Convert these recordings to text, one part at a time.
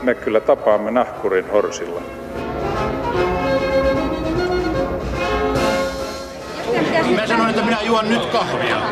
me kyllä tapaamme nahkurin horsilla. Mä sanoin, että minä juon nyt kahvia.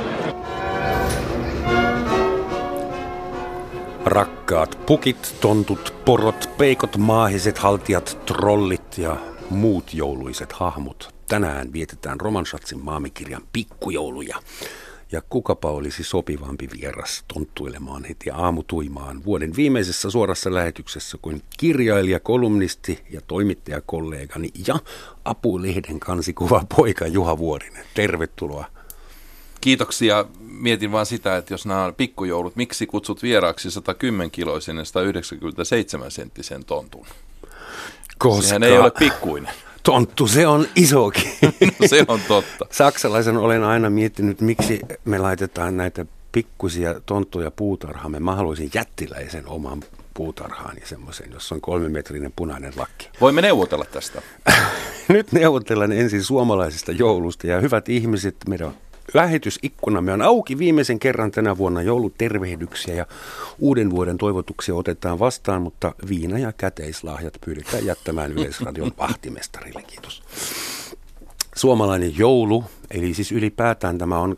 Rakkaat pukit, tontut, porot, peikot, maahiset, haltijat, trollit ja muut jouluiset hahmot. Tänään vietetään Romanschatzin maamikirjan pikkujouluja. Ja kukapa olisi sopivampi vieras tonttuilemaan heti aamutuimaan vuoden viimeisessä suorassa lähetyksessä kuin kirjailija, kolumnisti ja toimittajakollegani ja Apulehden kansikuva poika Juha Vuorinen. Tervetuloa. Kiitoksia. Mietin vaan sitä, että jos nämä on pikkujoulut, miksi kutsut vieraaksi 110-kiloisen ja 197-senttisen tontun? Koska sehän ei ole pikkuinen. Tonttu, se on isokin. No, se on totta. Saksalaisen olen aina miettinyt, miksi me laitetaan näitä pikkuisia tonttuja puutarhaan. Mä haluaisin jättiläisen oman puutarhaani semmoisen, jossa on 3-metrinen punainen lakki. Voimme neuvotella tästä. Nyt neuvotellaan ensin suomalaisesta joulusta ja hyvät ihmiset, meidän lähetysikkunamme on auki viimeisen kerran tänä vuonna. Joulutervehdyksiä ja uuden vuoden toivotuksia otetaan vastaan, mutta viina- ja käteislahjat pyydetään jättämään Yleisradion vahtimestarille. Kiitos. Suomalainen joulu, eli siis ylipäätään tämä on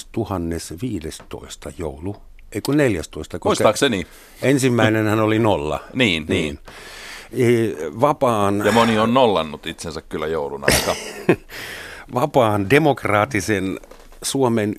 2015 joulu, ei kun 14. Muistaakseni. Ensimmäinenhän oli 0. Niin. Vapaan... Ja moni on nollannut itsensä kyllä joulun aika. Vapaan demokraattisen Suomen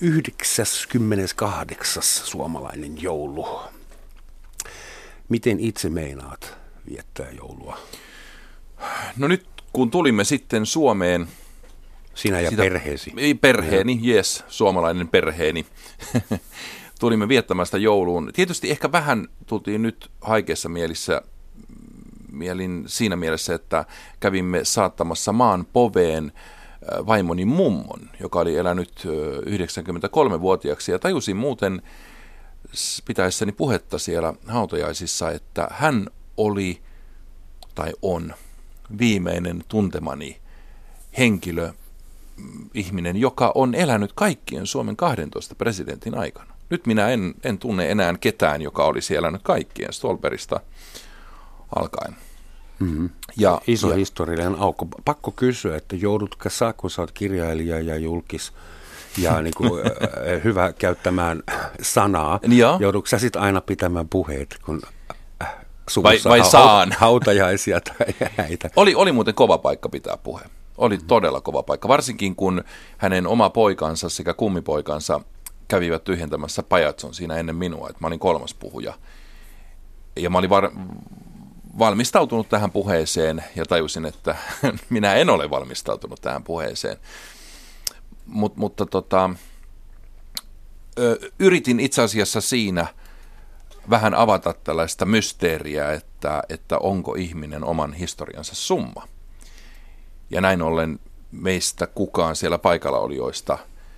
98. suomalainen joulu. Miten itse meinaat viettää joulua? No nyt kun tulimme sitten Suomeen. Sinä ja perheesi. Perheeni, jes, suomalainen perheeni. Tulimme viettämään sitä jouluun. Tietysti ehkä vähän tultiin nyt haikeassa mielin siinä mielessä, että kävimme saattamassa maan poveen vaimoni mummon, joka oli elänyt 93-vuotiaaksi, ja tajusin muuten pitäessäni puhetta siellä hautajaisissa, että hän oli tai on viimeinen tuntemani henkilö, ihminen, joka on elänyt kaikkien Suomen 12 presidentin aikana. Nyt minä en tunne enää ketään, joka olisi elänyt kaikkien Ståhlbergista alkaen. Mm-hmm. Iso historiallinen aukko. Pakko kysyä, että joudutko sä, kun sä oot kirjailija ja julkis ja niin kuin, hyvä käyttämään sanaa, joudutko sä sit aina pitämään puheet, kun suvussa vai hautajaisia tai häitä? Oli muuten kova paikka pitää puhe. Oli todella kova paikka, varsinkin kun hänen oma poikansa sekä kummipoikansa kävivät tyhjentämässä pajatson siinä ennen minua, että mä olin 3. puhuja. Ja mä olin valmistautunut tähän puheeseen ja tajusin, että minä en ole valmistautunut tähän puheeseen. Mutta yritin itse asiassa siinä vähän avata tällaista mysteeriä, että onko ihminen oman historiansa summa. Ja näin ollen meistä kukaan siellä paikallaolijoista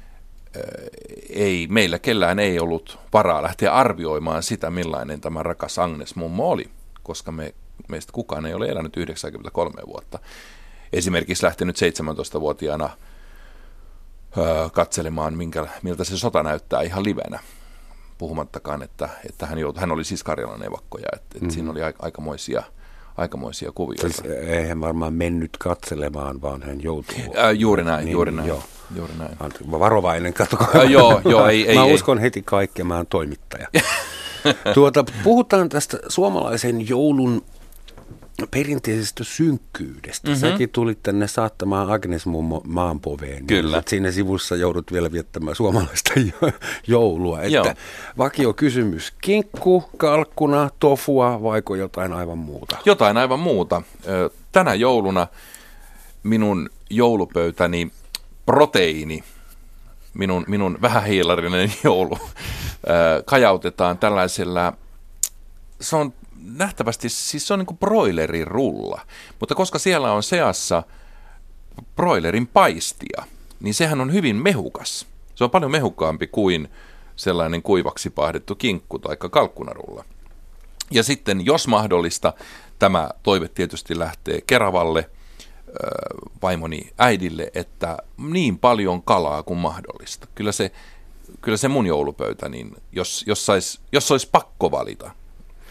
meillä kellään ei ollut varaa lähteä arvioimaan sitä, millainen tämä rakas Agnes mummo oli, koska meistä kukaan ei ole elänyt 93 vuotta. Esimerkiksi lähtenyt 17-vuotiaana katselemaan, miltä se sota näyttää ihan livenä, puhumattakaan, että hän oli siis Karjalan evakkoja, että siinä oli aikamoisia kuvioita. Siis eihän varmaan mennyt katselemaan, vaan hän joutuu. Juuri näin. Varovainen, katsokaa. Ei. Mä uskon heti kaikkea, mä oon toimittaja. Puhutaan tästä suomalaisen joulun perinteisestä synkkyydestä. Mm-hmm. Säkin tulit tänne saattamaan Agnes mummo maanpoveen. Kyllä. Siinä sivussa joudut vielä viettämään suomalaista joulua. Että vakio kysymys, kinkku, kalkkuna, tofua vaiko jotain aivan muuta? Jotain aivan muuta. Tänä jouluna minun joulupöytäni proteiini, minun vähähiilarinen joulu, kajautetaan tällaisella, se on nähtävästi, siis se on niin kuin broilerin rulla, mutta koska siellä on seassa broilerin paistia, niin sehän on hyvin mehukas. Se on paljon mehukkaampi kuin sellainen kuivaksi paahdettu kinkku tai kalkkunarulla. Ja sitten, jos mahdollista, tämä toive tietysti lähtee Keravalle, vaimoni äidille, että niin paljon kalaa kuin mahdollista. Kyllä se mun joulupöytä, niin jos olisi pakko valita,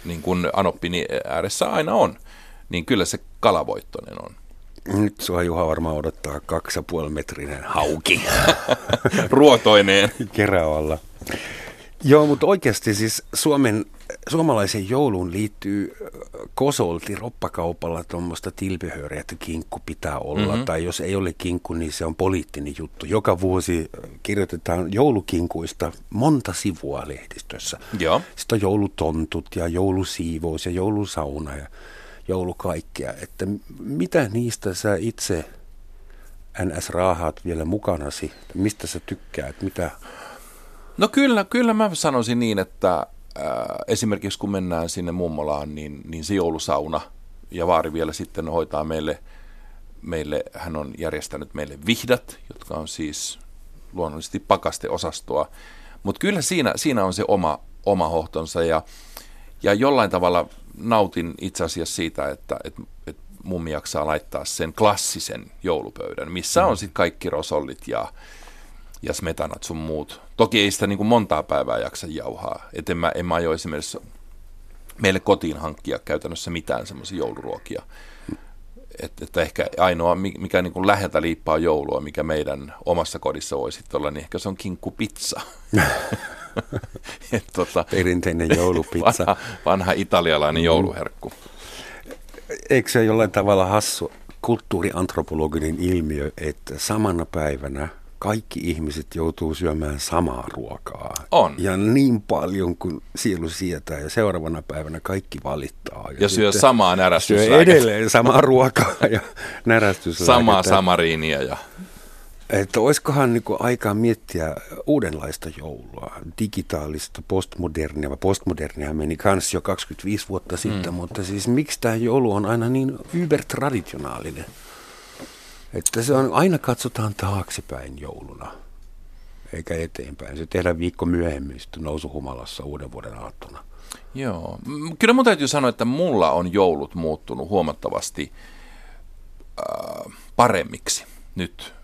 niin kuin anoppini ääressä aina on, niin kyllä se kalavoittoinen on. Nyt sua Juha varmaan odottaa 2,5-metrinen hauki. Ruotoineen. Keravalla. Joo, mutta oikeasti siis suomalaisen jouluun liittyy kosolti roppakaupalla tuommoista tilpehööriä, että kinkku pitää olla. Tai jos ei ole kinkku, niin se on poliittinen juttu. Joka vuosi kirjoitetaan joulukinkuista monta sivua lehdistössä. Joo. Sitten on joulutontut ja joulusiivous ja joulusauna ja joulukaikkea. Että mitä niistä sä itse NS-raahaat vielä mukanasi? Mistä sä tykkäät? Mitä? No kyllä mä sanoisin niin, että esimerkiksi kun mennään sinne mummolaan, niin se joulusauna ja vaari vielä sitten hoitaa meille, hän on järjestänyt meille vihdat, jotka on siis luonnollisesti pakasteosastoa, mutta kyllä siinä on se oma hohtonsa ja jollain tavalla nautin itse asiassa siitä, että mummi jaksaa laittaa sen klassisen joulupöydän, missä on sitten kaikki rosollit ja smetanat sun muut. Toki ei sitä niin kuin montaa päivää jaksa jauhaa. En mä aio esimerkiksi meille kotiin hankkia käytännössä mitään semmoisia jouluruokia. Että ehkä ainoa, mikä niin kuin läheltä liippaa joulua, mikä meidän omassa kodissa voi sitten olla, niin ehkä se on kinkkupizza. Perinteinen joulupizza. Vanha italialainen jouluherkku. Eikö se jollain tavalla hassu kulttuuriantropologinen ilmiö, että samana päivänä kaikki ihmiset joutuu syömään samaa ruokaa. On. Ja niin paljon kuin sielu sietää ja seuraavana päivänä kaikki valittaa. Ja syö samaa närästyslääkettä. Syö edelleen samaa ruokaa ja närästyslääkettä. Samaa samariinia. Ja että olisikohan niin kuin aikaa miettiä uudenlaista joulua, digitaalista, postmodernia. Postmodernia meni kans jo 25 vuotta sitten, mutta siis miksi tämä joulu on aina niin ybertraditionaalinen? Että se on, aina katsotaan taaksepäin jouluna, eikä eteenpäin. Se tehdään viikko myöhemmin sitten nousuhumalassa uuden vuoden aattona. Joo. Kyllä mun täytyy sanoa, että mulla on joulut muuttunut huomattavasti paremmiksi nyt,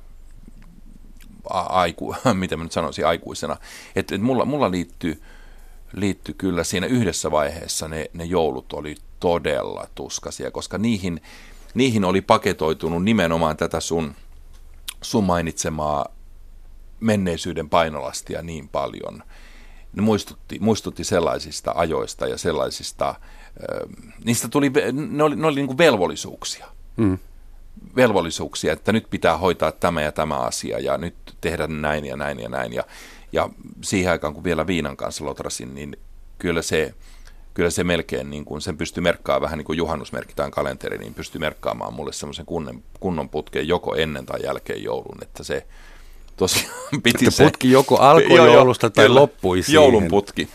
miten mä nyt sanoisin, aikuisena. Että mulla liittyy kyllä siinä yhdessä vaiheessa ne joulut oli todella tuskaisia, koska niihin oli paketoitunut nimenomaan tätä sun mainitsemaa menneisyyden painolastia niin paljon. Ne muistutti sellaisista ajoista ja sellaisista, ne oli niin kuin velvollisuuksia. Velvollisuuksia, että nyt pitää hoitaa tämä ja tämä asia ja nyt tehdä näin ja näin ja näin. Ja siihen aikaan, kun vielä viinan kanssa lotrasin, niin kyllä se melkein, niin kuin sen pystyy merkkaamaan vähän niin kuin juhannus merkitään kalenteri, niin pystyy merkkaamaan mulle semmoisen kunnon putkeen joko ennen tai jälkeen joulun, että se tosiaan piti että putki joko alkoi joulusta tai loppui siihen. Joulun putki.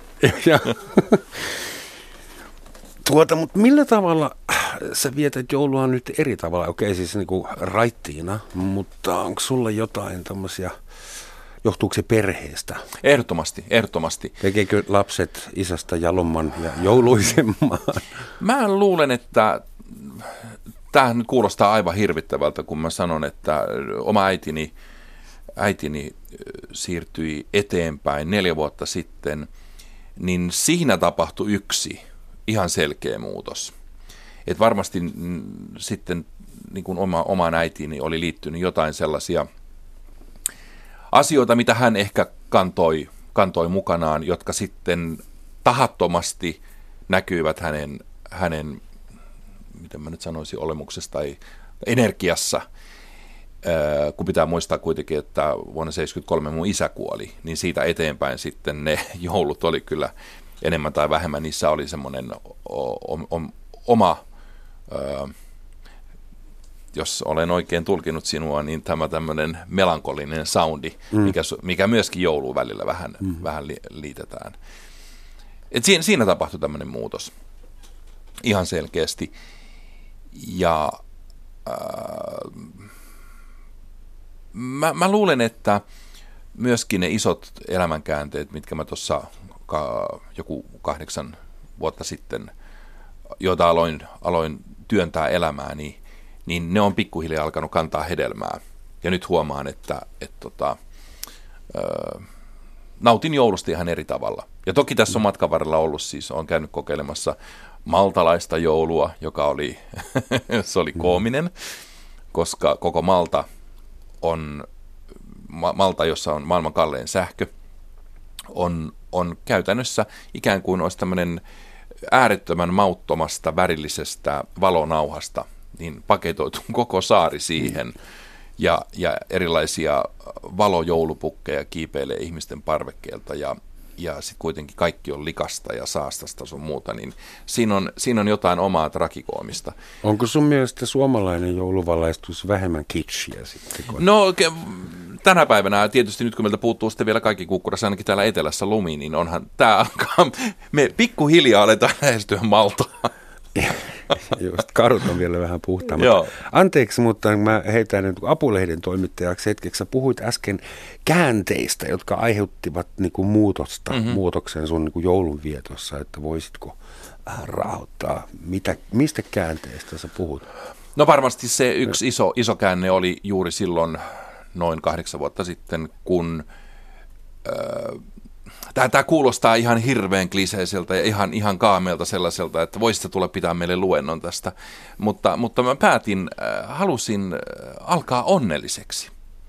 Mutta millä tavalla sä vietät joulua nyt eri tavalla? Okei, siis niin kuin raittiina, mutta onko sulla jotain tämmöisiä, johtuuko se perheestä? Ehdottomasti. Tekeekö lapset isästä jalomman ja jouluisemman? Mä luulen, että tämähän nyt kuulostaa aivan hirvittävältä, kun mä sanon, että oma äitini siirtyi eteenpäin 4 vuotta sitten, niin siinä tapahtui yksi ihan selkeä muutos. Et varmasti sitten niin kuin omaan äitiini oli liittynyt jotain sellaisia asioita, mitä hän ehkä kantoi mukanaan, jotka sitten tahattomasti näkyivät hänen miten mä nyt sanoisin, olemuksessa tai energiassa, kun pitää muistaa kuitenkin, että vuonna 1973 mun isä kuoli, niin siitä eteenpäin sitten ne joulut oli kyllä enemmän tai vähemmän, niissä oli semmoinen oma, jos olen oikein tulkinut sinua, niin tämä tämmöinen melankolinen soundi, mikä myöskin jouluun välillä vähän liitetään. Et siinä tapahtui tämmöinen muutos ihan selkeästi. Ja mä luulen, että myöskin ne isot elämänkäänteet, mitkä mä tuossa joku 8 vuotta sitten, joita aloin työntää elämää, niin ne on pikkuhiljaa alkanut kantaa hedelmää. Ja nyt huomaan, että nautin joulusta ihan eri tavalla. Ja toki tässä on matkan varrella ollut siis, olen käynyt kokeilemassa maltalaista joulua, joka oli, se oli koominen, koska koko Malta on, jossa on maailman kallein sähkö, on käytännössä ikään kuin olisi tämmöinen äärettömän mauttomasta, värillisestä valonauhasta, niin paketoitu koko saari siihen, ja erilaisia valojoulupukkeja kiipeilee ihmisten parvekkeelta, ja sitten kuitenkin kaikki on likasta ja saastasta sun muuta, niin siinä on jotain omaa trakikoomista. Onko sun mielestä suomalainen jouluvalaistus vähemmän kitschiä sitten? No tänä päivänä tietysti nyt kun meiltä puuttuu sitten vielä kaikki kukkurassa, ainakin täällä etelässä lumi, niin onhan tämä alkaa, me pikkuhiljaa aletaan lähestyä Maltaa. Just, karut on vielä vähän puhtaammat. Anteeksi, mutta mä heitän nyt Apulehden toimittajaksi hetkeksi. Sä puhuit äsken käänteistä, jotka aiheuttivat niinku muutoksen sun niinku joulunvietossa, että voisitko vähän rahoittaa. Mistä käänteistä sä puhut? No varmasti se yksi iso käänne oli juuri silloin noin 8 vuotta sitten, kun tämä kuulostaa ihan hirveän kliseiseltä ja ihan kaameelta sellaiselta, että voisitte tulla pitää meille luennon tästä. Mutta mä halusin alkaa onnelliseksi.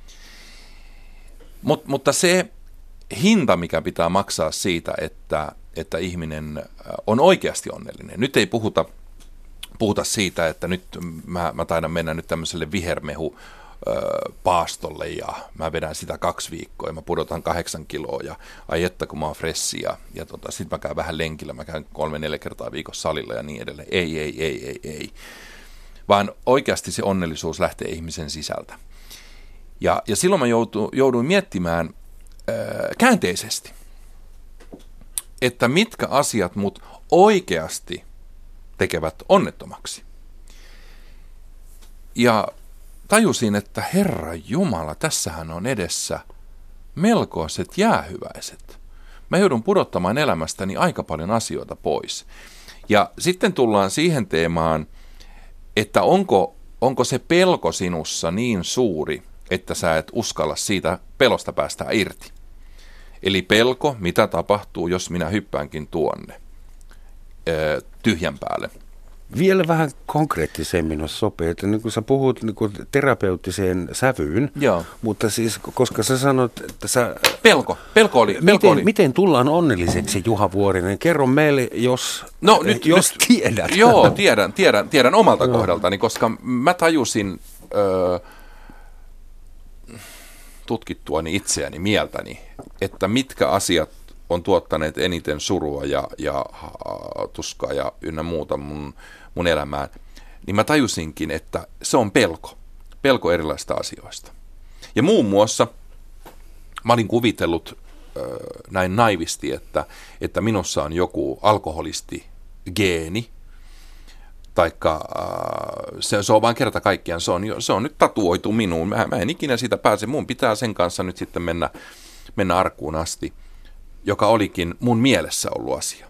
Mutta se hinta, mikä pitää maksaa siitä, että ihminen on oikeasti onnellinen. Nyt ei puhuta siitä, että nyt mä taidan mennä nyt tämmöiselle vihermehu paastolle ja mä vedän sitä 2 viikkoa ja mä pudotan 8 kiloa ja ai että kun mä oon fressi ja sit mä käyn vähän lenkillä, mä käyn 3-4 kertaa viikossa salilla ja niin edelleen. Ei. Vaan oikeasti se onnellisuus lähtee ihmisen sisältä. Ja silloin mä jouduin miettimään käänteisesti, että mitkä asiat mut oikeasti tekevät onnettomaksi. Ja tajusin, että Herra Jumala, tässähän on edessä melkoiset jäähyväiset. Mä joudun pudottamaan elämästäni aika paljon asioita pois. Ja sitten tullaan siihen teemaan, että onko se pelko sinussa niin suuri, että sä et uskalla siitä pelosta päästää irti. Eli pelko, mitä tapahtuu, jos minä hyppäänkin tuonne tyhjän päälle. Vielä vähän konkreettisemmin, jos sopii, että niin kun sä puhut niin kun terapeuttiseen sävyyn, mutta siis, koska sä sanot, että Pelko oli. Miten tullaan onnelliseksi, Juha Vuorinen? Kerro meille, jos tiedät. Joo, tiedän omalta kohdaltani, koska mä tajusin tutkittuani itseäni, mieltäni, että mitkä asiat on tuottaneet eniten surua ja tuskaa ja ynnä muuta mun elämään, niin mä tajusinkin, että se on pelko erilaisista asioista. Ja muun muassa mä olin kuvitellut näin naivisti, että minussa on joku alkoholisti-geeni, taikka se on vain kerta kaikkiaan, se on nyt tatuoitu minuun, mä en ikinä siitä pääse, mun pitää sen kanssa nyt sitten mennä arkuun asti, joka olikin mun mielessä ollut asia.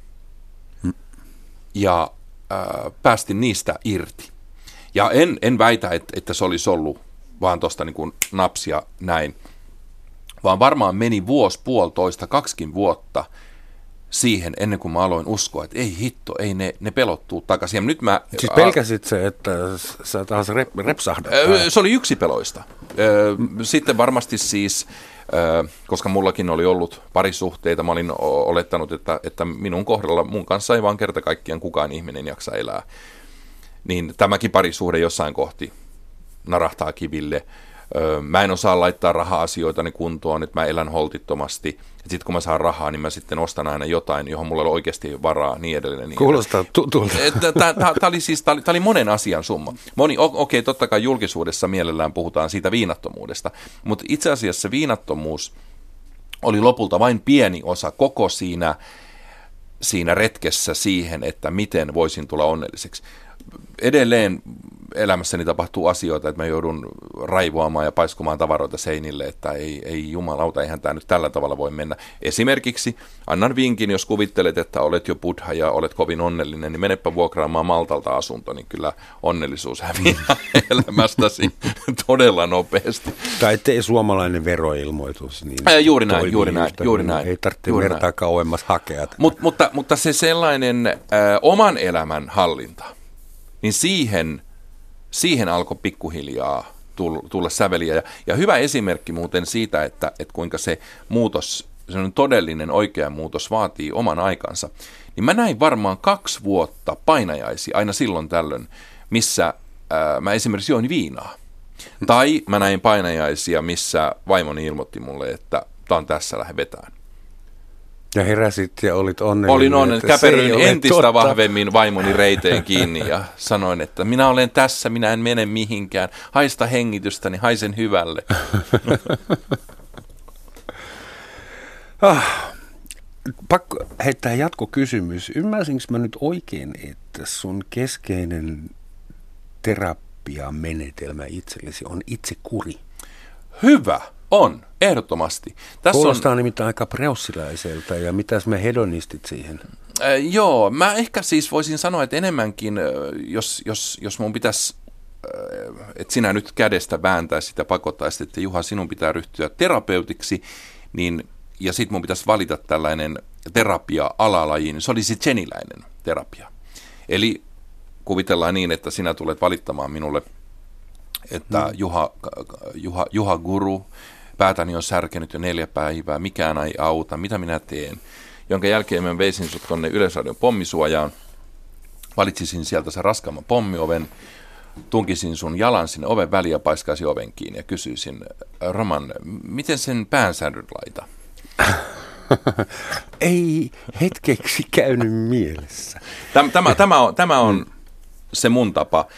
Ja päästin niistä irti. Ja en väitä, että se olisi ollut vaan tuosta niin kuin napsia näin, vaan varmaan meni 1, 1,5, 2 vuotta siihen ennen kuin mä aloin uskoa, että ei hitto, ei ne pelottuu takaisin. Ja nyt siis pelkäsit se, että sä taas repsahdat? Se oli yksi peloista. Sitten varmasti siis, koska mullakin oli ollut parisuhteita, mä olin olettanut, että minun kohdalla mun kanssa ei vaan kerta kaikkiaan kukaan ihminen jaksa elää. Niin tämäkin parisuhde jossain kohti narahtaa kiville. Mä en osaa laittaa raha-asioitani kuntoon, että mä elän holtittomasti. Sitten kun mä saan rahaa, niin mä sitten ostan aina jotain, johon mulla ei ole oikeasti varaa, niin edelleen. Kuulostaa tutulta. Tämä oli monen asian summa. Okei, totta kai julkisuudessa mielellään puhutaan siitä viinattomuudesta, mutta itse asiassa viinattomuus oli lopulta vain pieni osa koko siinä retkessä siihen, että miten voisin tulla onnelliseksi. edelleen elämässäni tapahtuu asioita, että mä joudun raivoamaan ja paiskumaan tavaroita seinille, että ei jumalauta, eihän tämä nyt tällä tavalla voi mennä. Esimerkiksi annan vinkin, jos kuvittelet, että olet jo buddha ja olet kovin onnellinen, niin menepä vuokraamaan Maltalta asunto, niin kyllä onnellisuus häviää elämästäsi todella nopeasti. Tai tee suomalainen veroilmoitus. Niin juuri näin. Ei tarvitse vertaa kauemmas hakea. Mutta se sellainen oman elämän hallinta, niin siihen alkoi pikkuhiljaa tulla säveliä. Ja hyvä esimerkki muuten siitä, että kuinka se muutos, se on todellinen oikea muutos vaatii oman aikansa. Niin mä näin varmaan 2 vuotta painajaisia aina silloin tällöin, missä mä esimerkiksi join viinaa. Tai mä näin painajaisia, missä vaimoni ilmoitti mulle, että tää on tässä, lähde vetään. Ja heräsit ja olit onnellinen. Olin onnellinen, käperyin entistä vahvemmin vaimoni reiteen kiinni ja sanoin, että minä olen tässä, minä en mene mihinkään. Haista hengitystäni, haisen hyvälle. Pakko heittää jatkokysymys. Ymmärsinkö mä nyt oikein, että sun keskeinen terapiamenetelmä itsellesi on itsekuri? Hyvä. On, ehdottomasti. Kuulostaa nimittäin aika preussiläiseltä, ja mitäs me hedonistit siihen? Joo, mä ehkä siis voisin sanoa, että enemmänkin, jos mun pitäisi, että sinä nyt kädestä vääntää sitä pakottaisi, että Juha, sinun pitää ryhtyä terapeutiksi, niin, ja sit mun pitäisi valita tällainen terapia-alalaji, niin se olisi tseniläinen terapia. Eli kuvitellaan niin, että sinä tulet valittamaan minulle, että Juha Guru, päätäni on särkenyt jo 4 päivää, mikään ei auta, mitä minä teen. Jonka jälkeen mä veisin sut tonne Yleisradion pommisuojaan, valitsisin sieltä sen raskaamman pommioven, tunkisin sun jalan sinne oven väliin ja paiskaisin oven kiinni ja kysyisin, Roman, miten sen päänsäryn laita? Ei hetkeksi käynyt mielessä. Tämä on se mun tapa,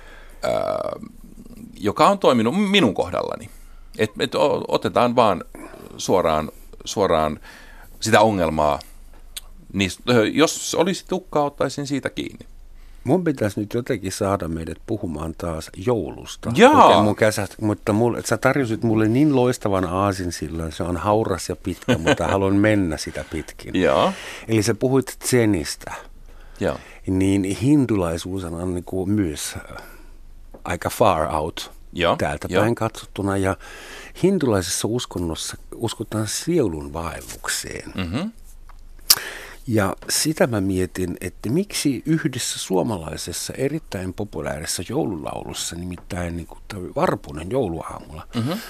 joka on toiminut minun kohdallani. Et otetaan vaan suoraan sitä ongelmaa. Jos olisi tukkaa, ottaisin siitä kiinni. Mun pitäisi nyt jotenkin saada meidät puhumaan taas joulusta. Mutta sä tarjosit mulle niin loistavan aasinsillan, se on hauras ja pitkä, mutta haluan mennä sitä pitkin. Jaa. Eli sä puhuit zenistä. Jaa. Niin hindulaisuus on niin kuin myös aika far out täältä päin katsottuna. Ja hindulaisessa uskonnossa uskotaan sielun vaellukseen. Mm-hmm. Ja sitä mä mietin, että miksi yhdessä suomalaisessa erittäin populäärisessä joululaulussa, nimittäin niin kuin Varpunen jouluaamulla,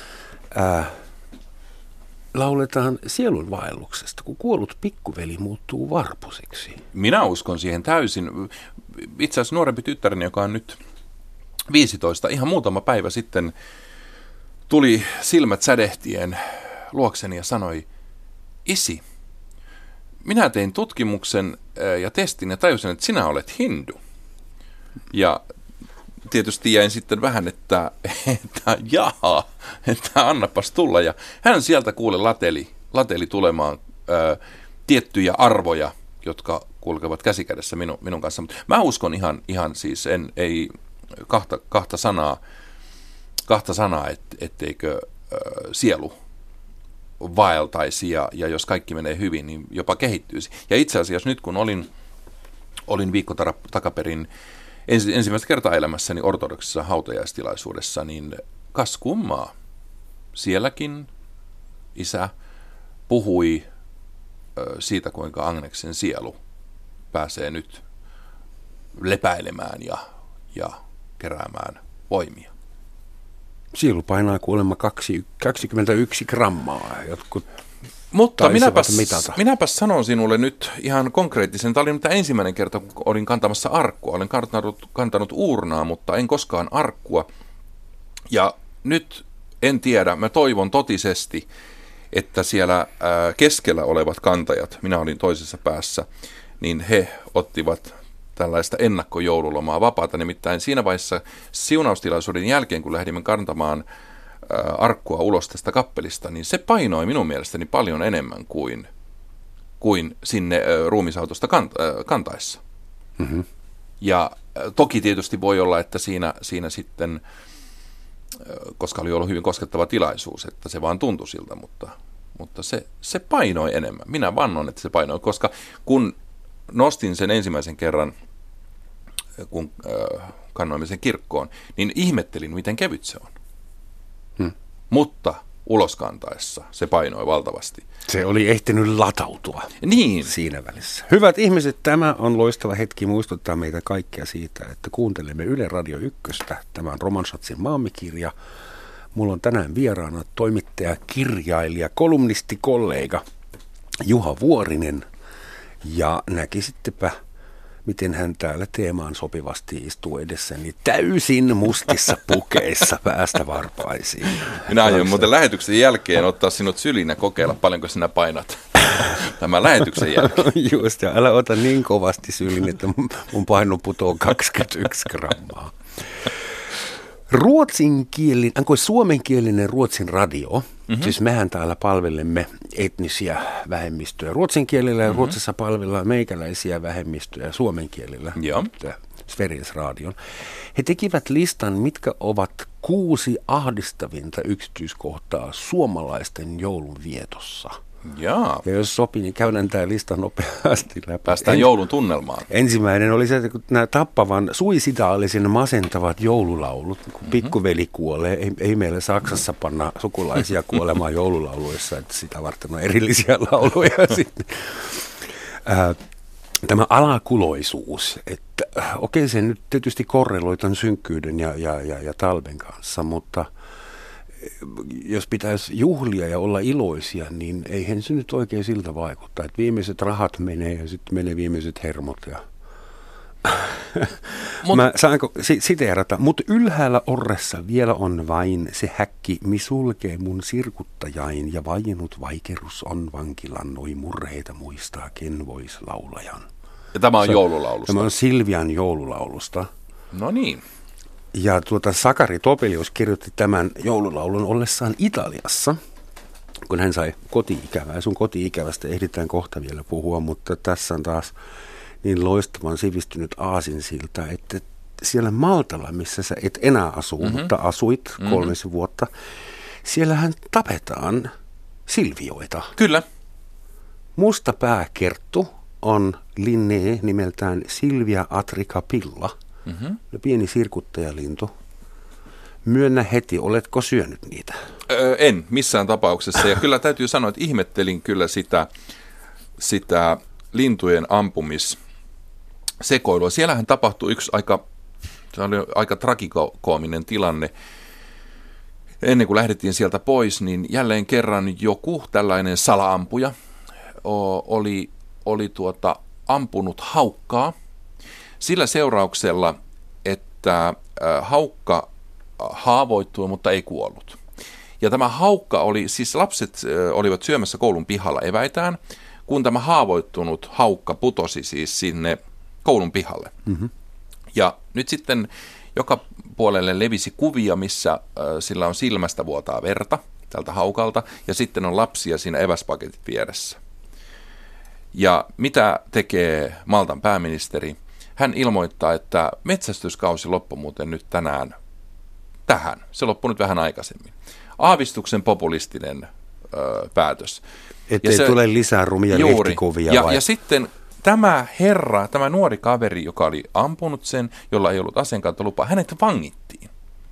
lauletaan sielunvaelluksesta, kun kuollut pikkuveli muuttuu varpusiksi. Minä uskon siihen täysin. Itse asiassa nuorempi tyttäreni, joka on nyt 15, ihan muutama päivä sitten tuli silmät sädehtien luokseni ja sanoi, isi, minä tein tutkimuksen ja testin ja tajusin, että sinä olet hindu. Ja tietysti jäin sitten vähän, että annapas tulla. Ja hän sieltä kuule lateli tulemaan tiettyjä arvoja, jotka kulkevat käsikädessä minun kanssa. Mutta mä uskon ihan siis, ei kahta sanaa, etteikö sielu vaeltaisi ja jos kaikki menee hyvin, niin jopa kehittyisi. Ja itse asiassa nyt kun olin viikko takaperin ensimmäistä kertaa elämässäni ortodoksisessa hautajaistilaisuudessa, niin kas kummaa, sielläkin isä puhui siitä, kuinka Agneksen sielu pääsee nyt lepäilemään ja keräämään voimia. Sielu painaa kuulemma 21 grammaa. Jotkut mutta minäpäs sanon sinulle nyt ihan konkreettisen. Tämä oli nyt ensimmäinen kerta, kun olin kantamassa arkkua. Olen kantanut uurnaa, mutta en koskaan arkkua. Ja nyt en tiedä, mä toivon totisesti, että siellä keskellä olevat kantajat, minä olin toisessa päässä, niin he ottivat tällaista ennakkojoululomaa vapaata. Nimittäin siinä vaiheessa siunaustilaisuuden jälkeen, kun lähdimme kantamaan arkkua ulos tästä kappelista, niin se painoi minun mielestäni paljon enemmän kuin sinne ruumisautosta kantaessa. Mm-hmm. Ja Toki tietysti voi olla, että siinä sitten, koska oli ollut hyvin koskettava tilaisuus, että se vaan tuntui siltä, mutta se painoi enemmän. Minä vannon, että se painoi, koska kun nostin sen ensimmäisen kerran, kun kannoimme sen kirkkoon, niin ihmettelin, miten kevyt se on. Mutta uloskantaessa se painoi valtavasti. Se oli ehtinyt latautua niin siinä välissä. Hyvät ihmiset, tämä on loistava hetki muistuttaa meitä kaikkia siitä, että kuuntelemme Yle Radio 1. Tämä on Roman Schatzin maamikirja. Mulla on tänään vieraana toimittaja, kirjailija, kolumnisti, kollega Juha Vuorinen. Ja näkisittepä, miten hän täällä teemaan sopivasti istuu edessäni täysin mustissa pukeissa päästä varpaisiin. Minä aion muuten lähetyksen jälkeen ottaa sinut syliin ja kokeilla, paljonko sinä painat tämän lähetyksen jälkeen. Just, ja älä ota niin kovasti syliin, että mun paino putoo 21 grammaa. Suomenkielinen Ruotsin radio, siis mehän täällä palvelemme etnisiä vähemmistöjä ruotsin kielellä ja Ruotsissa palvellaan meikäläisiä vähemmistöjä suomen kielellä, Sveriges Radion. He tekivät listan, mitkä ovat 6 ahdistavinta yksityiskohtaa suomalaisten joulun vietossa. Jaa. Ja jos sopii, niin käydään tämä lista nopeasti läpi. Päästään joulun tunnelmaan. Ensimmäinen oli se, että kun nämä tappavan, suicidaalisen masentavat joululaulut, kun pikkuveli kuolee, ei meillä Saksassa panna sukulaisia kuolemaan joululauluissa, että sitä varten on erillisiä lauluja sitten. Tämä alakuloisuus, että okei, se nyt tietysti korreloi tämän synkkyyden ja talven kanssa, mutta jos pitäisi juhlia ja olla iloisia, niin eihän se nyt oikein siltä vaikuttaa, että viimeiset rahat menee ja sitten menee viimeiset hermot. Mä saanko siteerata, mutta ylhäällä orressa vielä on vain se häkki, mi sulkee mun sirkuttajain ja vaiennut vaikerus on vankilan, noi murheita muistaa, ken vois laulajan. Ja tämä on joululaulusta. Tämä on Silvian joululaulusta. No niin. Ja Sakari Topelius kirjoitti tämän joululaulun ollessaan Italiassa, kun hän sai koti-ikävää. Sun koti-ikävästä ehditään kohta vielä puhua, mutta tässä on taas niin loistavan sivistynyt aasinsilta, että siellä Maltalla, missä sä et enää asu, mutta asuit 3 vuotta, siellähän tapetaan silvioita. Kyllä. Musta pääkerttu on Linnee nimeltään Silvia atricapilla. Pieni sirkuttajalintu. Myönnä heti, oletko syönyt niitä? En missään tapauksessa. Ja kyllä täytyy sanoa, että ihmettelin kyllä sitä lintujen ampumissekoilua. Siellähän tapahtui yksi aika tragikoominen tilanne. Ennen kuin lähdettiin sieltä pois, niin jälleen kerran joku tällainen salaampuja oli ampunut haukkaa sillä seurauksella, että haukka haavoittui, mutta ei kuollut. Ja tämä haukka oli, siis lapset olivat syömässä koulun pihalla eväitään, kun tämä haavoittunut haukka putosi siis sinne koulun pihalle. Ja nyt sitten joka puolelle levisi kuvia, missä sillä on silmästä vuotaa verta tältä haukalta, ja sitten on lapsia siinä eväspaketit vieressä. Ja mitä tekee Maltan pääministeri? Hän ilmoittaa, että metsästyskausi loppui muuten nyt tänään tähän. Se loppui nyt vähän aikaisemmin. Aavistuksen populistinen päätös. Ettei tule lisää rumia lehtikuvia. Ja sitten tämä herra, tämä nuori kaveri, joka oli ampunut sen, jolla ei ollut aseenkantolupaa, hänet vangittiin.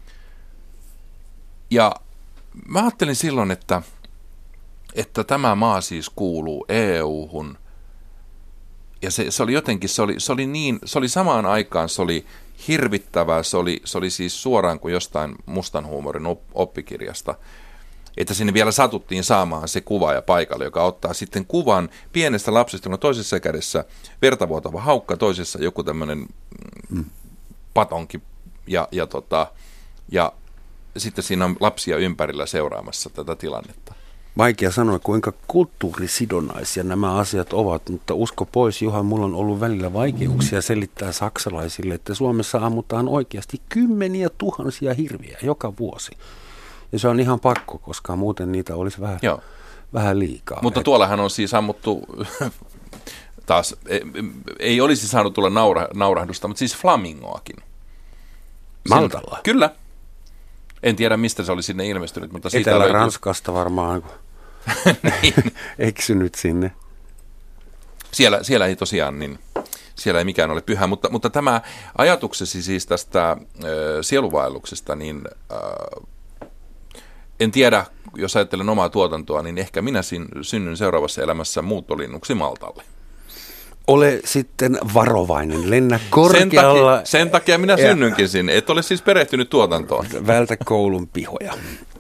Ja mä ajattelin silloin, että tämä maa siis kuuluu EU-hun. Ja se oli jotenkin, se oli samaan aikaan, se oli hirvittävää, se oli siis suoraan kuin jostain mustan huumorin oppikirjasta, että sinne vielä satuttiin saamaan se kuvaaja paikalle, joka ottaa sitten kuvan pienestä lapsesta, jolla on toisessa kädessä vertavuotava haukka, toisessa joku tämmöinen patonki ja sitten siinä on lapsia ympärillä seuraamassa tätä tilannetta. Vaikea sanoa, kuinka kulttuurisidonnaisia nämä asiat ovat, mutta usko pois, Juha, mulla on ollut välillä vaikeuksia selittää saksalaisille, että Suomessa ammutaan oikeasti 10 000 hirviä joka vuosi. Ja se on ihan pakko, koska muuten niitä olisi vähän liikaa. Mutta tuollahan on siis ammuttu taas ei olisi saanut tulla naurahdusta, mutta siis flamingoakin. Maltalla? Kyllä. En tiedä, mistä se oli sinne ilmestynyt, mutta siitä Etelä-Ranskasta varmaan niin. Eksynyt sinne. Siellä ei tosiaan, niin siellä ei mikään ole pyhä, mutta tämä ajatuksesi siis tästä sieluvaelluksesta, niin en tiedä, jos ajattelen omaa tuotantoa, niin ehkä minä synnyn seuraavassa elämässä muuttolinnuksi Maltalle. Ole sitten varovainen, lennä korkealla. Sen takia minä synnynkin sinne, et ole siis perehtynyt tuotantoon. Vältä koulun pihoja.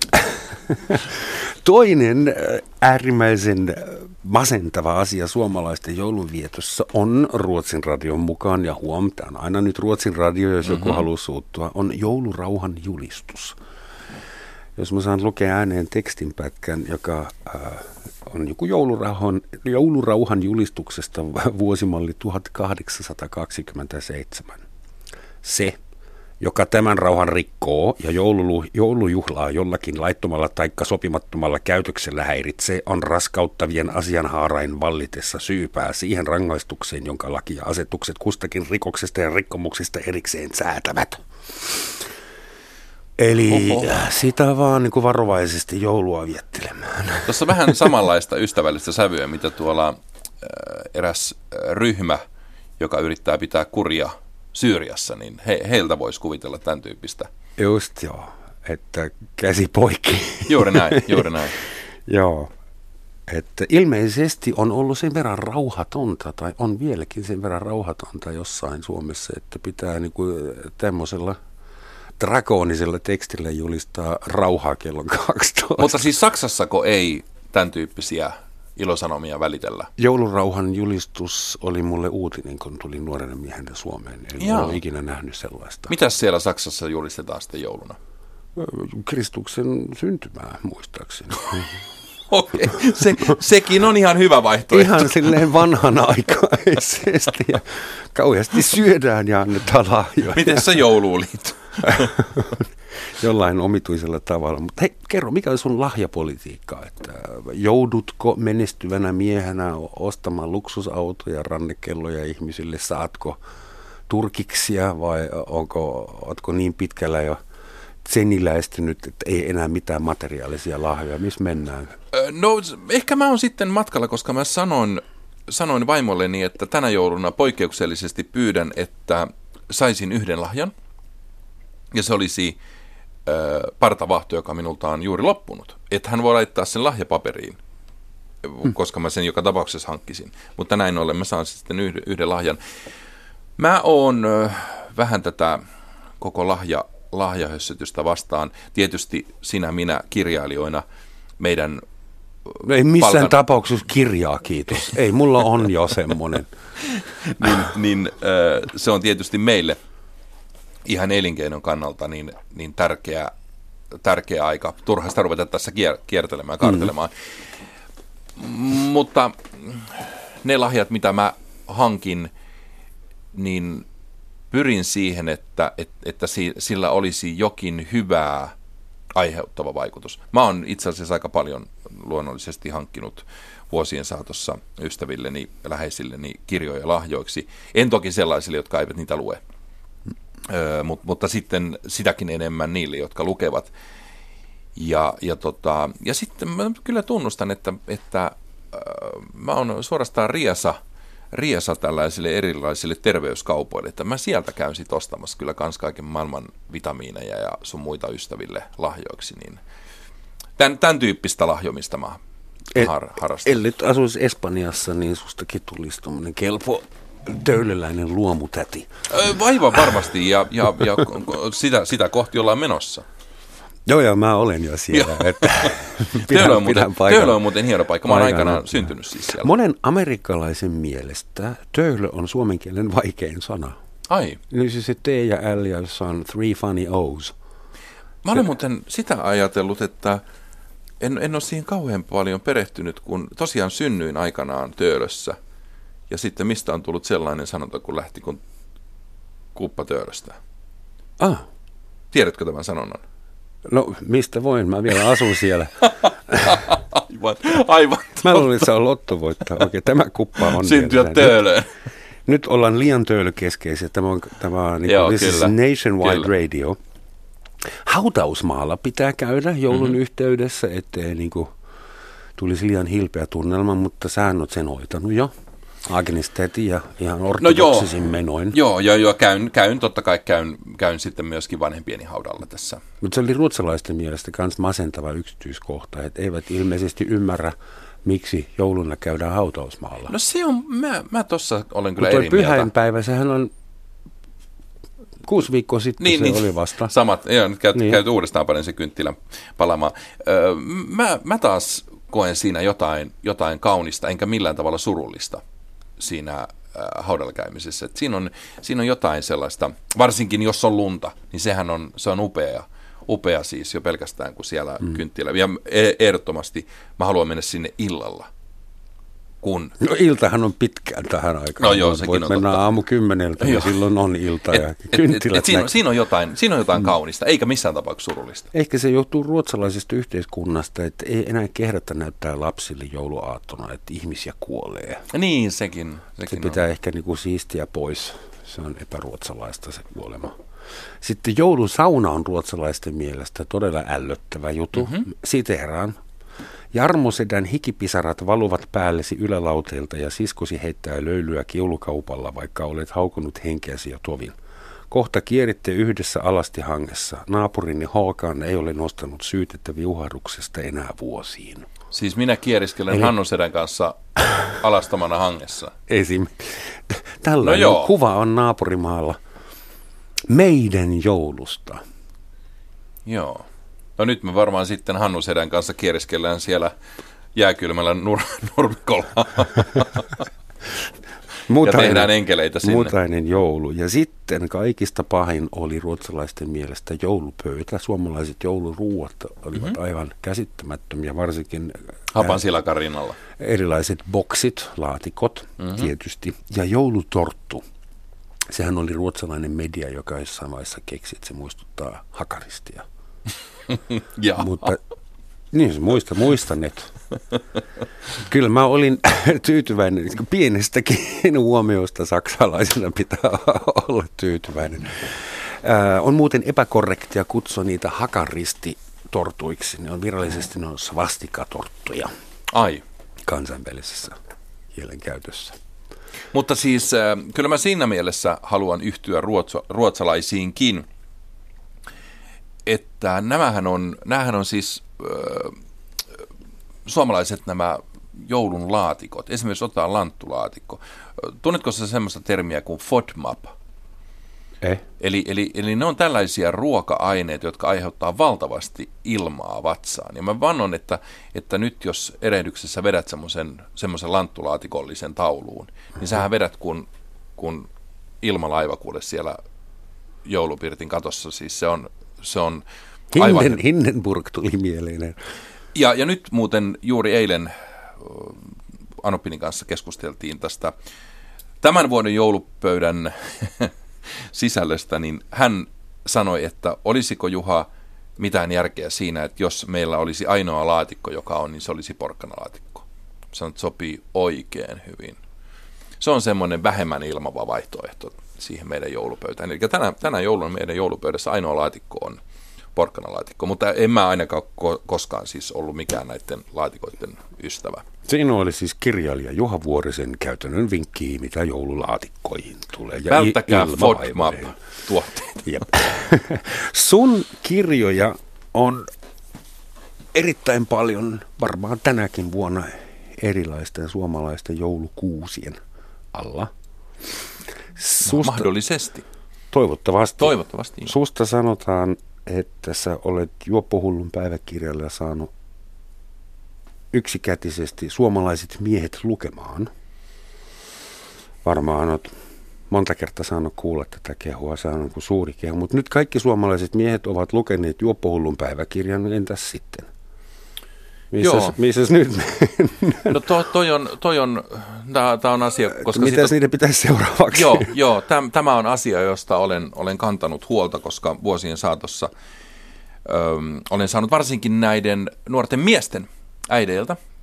Toinen äärimmäisen masentava asia suomalaisten joulunvietossa on Ruotsin radion mukaan, ja tämä on aina nyt Ruotsin radio, jos joku haluaa suuttua, on joulurauhan julistus. Jos mä saan lukea ääneen tekstinpätkän, joka on joku joulurauhan julistuksesta vuosimalli 1827. Se, joka tämän rauhan rikkoo ja joulujuhlaa jollakin laittomalla taikka sopimattomalla käytöksellä häiritsee, on raskauttavien asianhaarain vallitessa syypää siihen rangaistukseen, jonka laki ja asetukset kustakin rikoksesta ja rikkomuksista erikseen säätävät. Eli sitä vaan niin kuin varovaisesti joulua viettelemään. Tuossa vähän samanlaista ystävällistä sävyä, mitä tuolla eräs ryhmä, joka yrittää pitää kuria Syyriassa, niin heiltä voisi kuvitella tämän tyyppistä. Just joo, että käsi poikki. Juuri näin. Joo, että ilmeisesti on ollut sen verran rauhatonta, tai on vieläkin sen verran rauhatonta jossain Suomessa, että pitää niin kuin tämmöisellä drakonisella tekstillä julistaa rauhaa kello 12. Mutta siis Saksassako ei tämän tyyppisiä ilosanomia välitellä? Joulurauhan julistus oli mulle uutinen, kun tulin nuorena miehenä Suomeen. En ole ikinä nähnyt sellaista. Mitäs siellä Saksassa julistetaan sitten jouluna? Kristuksen syntymää, muistaakseni. Okei, sekin on ihan hyvä vaihtoehto. Ihan silleen vanhanaikaisesti ja kauheasti syödään ja annetaan lahjoja. Miten se jouluun liittyy? Jollain omituisella tavalla. Mutta hei, kerro, mikä on sun lahjapolitiikka? Että joudutko menestyvänä miehenä ostamaan luksusautoja, rannekelloja ihmisille? Saatko turkiksia vai ootko niin pitkällä jo seniläistynyt, että ei enää mitään materiaalisia lahjoja? Missä mennään? No ehkä mä oon sitten matkalla, koska mä sanoin vaimolleni, että tänä jouluna poikkeuksellisesti pyydän, että saisin yhden lahjan. Ja se olisi partavahto, joka minulta on juuri loppunut. Että hän voi laittaa sen lahjapaperiin, koska mä sen joka tapauksessa hankkisin. Mutta näin ollen mä saan sitten yhden lahjan. Mä oon vähän tätä koko lahjahössytystä vastaan. Tietysti minä kirjailijoina meidän ei missään tapauksessa kirjaa, kiitos. Ei, mulla on jo semmoinen. Se on tietysti meille ihan elinkeinon kannalta niin tärkeä aika. Turha sitä ruveta tässä kiertelemään, kartelemaan. Mutta ne lahjat, mitä mä hankin, niin pyrin siihen, että sillä olisi jokin hyvää aiheuttava vaikutus. Mä oon itse asiassa aika paljon luonnollisesti hankkinut vuosien saatossa ystävilleni ja läheisilleni kirjoja lahjoiksi. En toki sellaisille, jotka eivät niitä lue. Mutta sitten sitäkin enemmän niille, jotka lukevat. Ja sitten mä kyllä tunnustan, että mä oon suorastaan riesa tällaisille erilaisille terveyskaupoille, että mä sieltä käyn sit ostamassa kyllä kans kaiken maailman vitamiineja ja sun muita ystäville lahjoiksi. Niin tämän tyyppistä lahjomista mä harrastan. Ellit asuisi Espanjassa, niin sustakin tulisi tommonen kelpo töölöläinen luomutäti. Aivan varmasti, ja sitä kohti ollaan menossa. Joo, mä olen jo siellä. Töölö on muuten hieno paikka. Mä oon aikanaan syntynyt siis siellä. Monen amerikkalaisen mielestä töölö on suomen kielen vaikein sana. Ai. Eli se T ja L ja on three funny O's. Mä olen muuten sitä ajatellut, että en ole siihen kauhean paljon perehtynyt, kun tosiaan synnyin aikanaan Töölössä. Ja sitten mistä on tullut sellainen sanonta, kun lähti kun kuppa Töölöstä. Tiedätkö tämän sanonnan? No mistä voin, mä vielä asun siellä. Aivan. Mä luulin, että se on lottovoittaa. Okei, tämä kuppa on. Syntyä töölöön. Nyt ollaan liian töölökeskeisiä. Tämä on Joo, this is kyllä. Nationwide Kyllä. Radio. Hautausmaalla pitää käydä joulun yhteydessä, ettei tulisi liian hilpeä tunnelma, mutta sä oot sen hoitanut jo. Agnes Täti ja ihan ortodoksisin menoin. Joo, käyn totta kai käyn sitten myöskin vanhempieni haudalla tässä. Mutta se oli ruotsalaisten mielestä myös masentava yksityiskohta, että eivät ilmeisesti ymmärrä, miksi jouluna käydään hautausmaalla. No se on, mä tossa olen kyllä eri eri mieltä. Pyhäinpäivä, sehän on 6 viikkoa sitten se oli vasta. Samat, joo, nyt käyt uudestaan paljon se kynttilän palamaan. Mä taas koen siinä jotain kaunista, enkä millään tavalla surullista siinä haudalla käymisessä. Et siinä on jotain sellaista, varsinkin jos on lunta, niin se on upea siis jo pelkästään kuin siellä kynttilä. Ja ehdottomasti mä haluan mennä sinne illalla. No iltahan on pitkään tähän aikaan. No joo, sekin voit on mennä totta. aamu 10 ja silloin on ilta ja kynttilät siinä on jotain kaunista, eikä missään tapauksessa surullista. Ehkä se johtuu ruotsalaisesta yhteiskunnasta, että ei enää kehdata näyttää lapsille jouluaattona, että ihmisiä kuolee. Niin, sekin se pitää ehkä siistiä pois. Se on epäruotsalaista se kuolema. Sitten joulusauna on ruotsalaisten mielestä todella ällöttävä juttu. Siteeraan. Jarmo sedän hikipisarat valuvat päällesi ylälauteilta ja siskosi heittää löylyä joulukaupalla, vaikka olet haukunut henkeäsi jo tovin. Kohta kieritte yhdessä alasti hangessa. Naapurini Håkan ei ole nostanut syytettä viuhahduksesta enää vuosiin. Siis minä kieriskelen Hannu sedän kanssa alastomana hangessa. Esim. Tällainen kuva on naapurimaalla meidän joulusta. Joo. No nyt me varmaan sitten Hannu sedän kanssa kieriskellään siellä jääkylmällä nurmikolla. Ja tehdään enkeleitä sinne. Mutainen joulu. Ja sitten kaikista pahin oli ruotsalaisten mielestä joulupöytä. Suomalaiset jouluruuat olivat aivan käsittämättömiä, varsinkin hapansilakan rinnalla. Erilaiset boksit, laatikot tietysti, ja joulutorttu. Sehän oli ruotsalainen media, joka jossain vaiheessa keksi, että se muistuttaa hakaristia. Mutta niin, muistan, että kyllä mä olin tyytyväinen, pienestäkin huomioista saksalaisena pitää olla tyytyväinen. On muuten epäkorrektia kutsua niitä hakaristitortuiksi, ne on virallisesti svastikatorttuja. Ai. Kansainvälisessä kielenkäytössä. Mutta siis kyllä mä siinä mielessä haluan yhtyä ruotsalaisiinkin, että näähän on siis suomalaiset nämä joulun laatikot. Esimerkiksi otetaan lanttulaatikko. Tunnetko sä semmoista termiä kuin FODMAP? Eli ne on tällaisia ruoka-aineita, jotka aiheuttaa valtavasti ilmaa vatsaan. Ja mä vannon, että nyt jos erehdyksessä vedät semmoisen lanttulaatikollisen tauluun, niin sähän vedät kun ilmalaiva kuule siellä joulupirtin katossa. Siis se on aivan... Hindenburg tuli mieleen. Ja nyt muuten juuri eilen Anoppinin kanssa keskusteltiin tästä tämän vuoden joulupöydän sisällöstä, niin hän sanoi, että olisiko Juha mitään järkeä siinä, että jos meillä olisi ainoa laatikko, joka on, niin se olisi porkkanalaatikko. Sanoin, että sopii oikein hyvin. Se on semmoinen vähemmän ilmava vaihtoehto siihen meidän joulupöytään. Eli tänä jouluna meidän joulupöydässä ainoa laatikko on porkkanalaatikko, mutta en mä ainakaan koskaan siis ollut mikään näiden laatikoiden ystävä. Siinä oli siis kirjailija Juha Vuorisen käytännön vinkki, mitä joululaatikkoihin tulee. Ja välttäkää FODMAP-tuotteita. Sun kirjoja on erittäin paljon, varmaan tänäkin vuonna, erilaisten suomalaisten joulukuusien alla. Mahdollisesti. Toivottavasti. Niin. Susta sanotaan, että sä olet Juoppohullun päiväkirjalla saanut yksikätisesti suomalaiset miehet lukemaan. Varmaan olet monta kertaa saanut kuulla tätä kehua, se on kuin suuri kehu. Mutta nyt kaikki suomalaiset miehet ovat lukeneet Juoppohullun päiväkirjan, entäs sitten? Missäs nyt? No tämä on asia, koska... Mitäs niiden pitäisi seuraavaksi? Joo, tämä on asia, josta olen kantanut huolta, koska vuosien saatossa olen saanut varsinkin näiden nuorten miesten äideiltä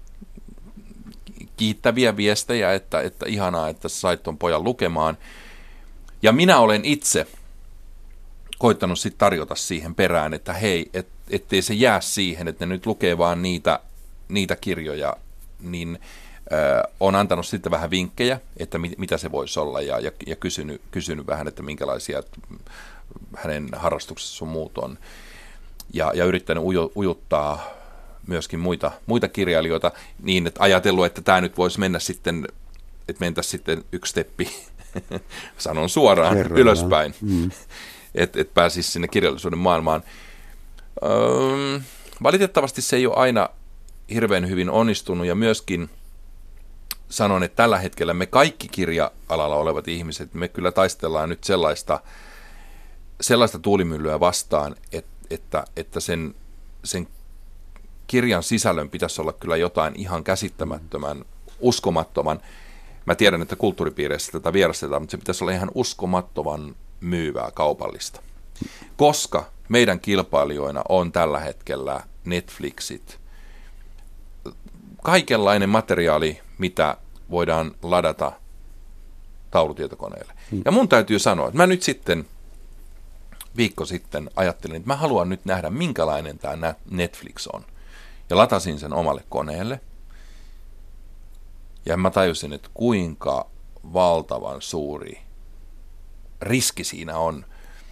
kiittäviä viestejä, että ihanaa, että sait ton pojan lukemaan. Ja minä olen itse koittanut sitten tarjota siihen perään, että hei, ettei se jää siihen, että ne nyt lukee vaan niitä kirjoja, niin on antanut sitten vähän vinkkejä, että mitä se voisi olla, ja kysynyt vähän, että minkälaisia hänen harrastuksessa sun muut on. Ja yrittänyt ujuttaa myöskin muita kirjailijoita niin, että ajatellut, että tämä nyt voisi mennä sitten, että mentäisiin sitten yksi steppi, sanon suoraan, ylöspäin, että pääsisi sinne kirjallisuuden maailmaan. Valitettavasti se ei ole aina hirveän hyvin onnistunut, ja myöskin sanon, että tällä hetkellä me kaikki kirja-alalla olevat ihmiset, me kyllä taistellaan nyt sellaista tuulimyllyä vastaan, että sen kirjan sisällön pitäisi olla kyllä jotain ihan käsittämättömän, uskomattoman. Mä tiedän, että kulttuuripiireissä tätä vierastetaan, mutta se pitäisi olla ihan uskomattoman myyvää kaupallista. Koska meidän kilpailijoina on tällä hetkellä Netflixit, kaikenlainen materiaali, mitä voidaan ladata taulutietokoneelle. Ja mun täytyy sanoa, että mä nyt sitten viikko sitten ajattelin, että mä haluan nyt nähdä, minkälainen tämä Netflix on. Ja latasin sen omalle koneelle. Ja mä tajusin, että kuinka valtavan suuri riski siinä on,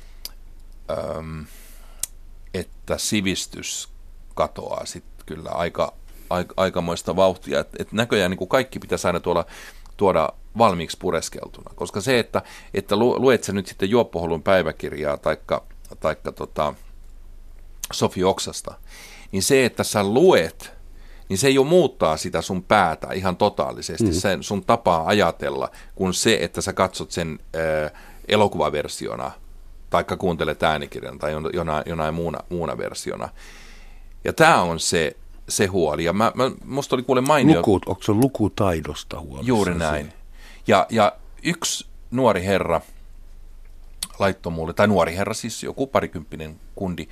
että sivistys katoaa sitten kyllä aikamoista vauhtia. Et näköjään niin kuin kaikki pitäisi aina tuoda valmiiksi pureskeltuna. Koska se, että luet sä nyt sitten Juoppohullun päiväkirjaa taikka Sofi Oksasta, niin se, että sä luet, niin se jo muuttaa sitä sun päätä ihan totaalisesti, sen sun tapaa ajatella, kun se, että sä katsot sen elokuvaversiona, taikka kuuntelet äänikirjan tai jonain muuna versiona. Ja tämä on se huoli. Ja musta oli kuule mainio. Onko se lukutaidosta huolissa? Juuri näin. Ja yksi nuori herra laittoi mulle, tai nuori herra siis joku parikymppinen kundi,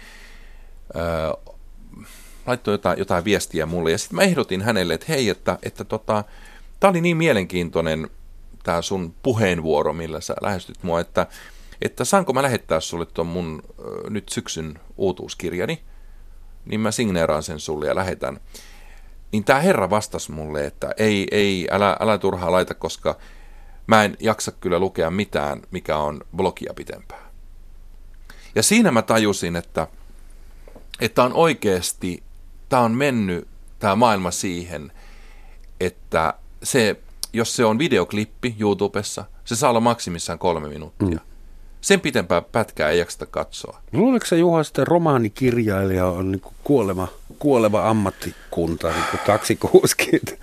laittoi jotain viestiä mulle, ja sitten mä ehdotin hänelle, että hei, että tää oli niin mielenkiintoinen tää sun puheenvuoro, millä sä lähestyt mua, että saanko mä lähettää sulle ton mun nyt syksyn uutuuskirjani, niin mä signeeraan sen sulle ja lähetän. Niin tää herra vastasi mulle, että ei, älä turhaa laita, koska mä en jaksa kyllä lukea mitään, mikä on blogia pitempää. Ja siinä mä tajusin, että on oikeasti, tää on mennyt tää maailma siihen, että jos se on videoklippi YouTubessa, se saa olla maksimissaan 3 minuuttia. Sen pitempää pätkää ei jaksata katsoa. Luuletko sä, Juha, että romaanikirjailija on niin kuin kuoleva ammattikunta, niin kuin taksikuskit?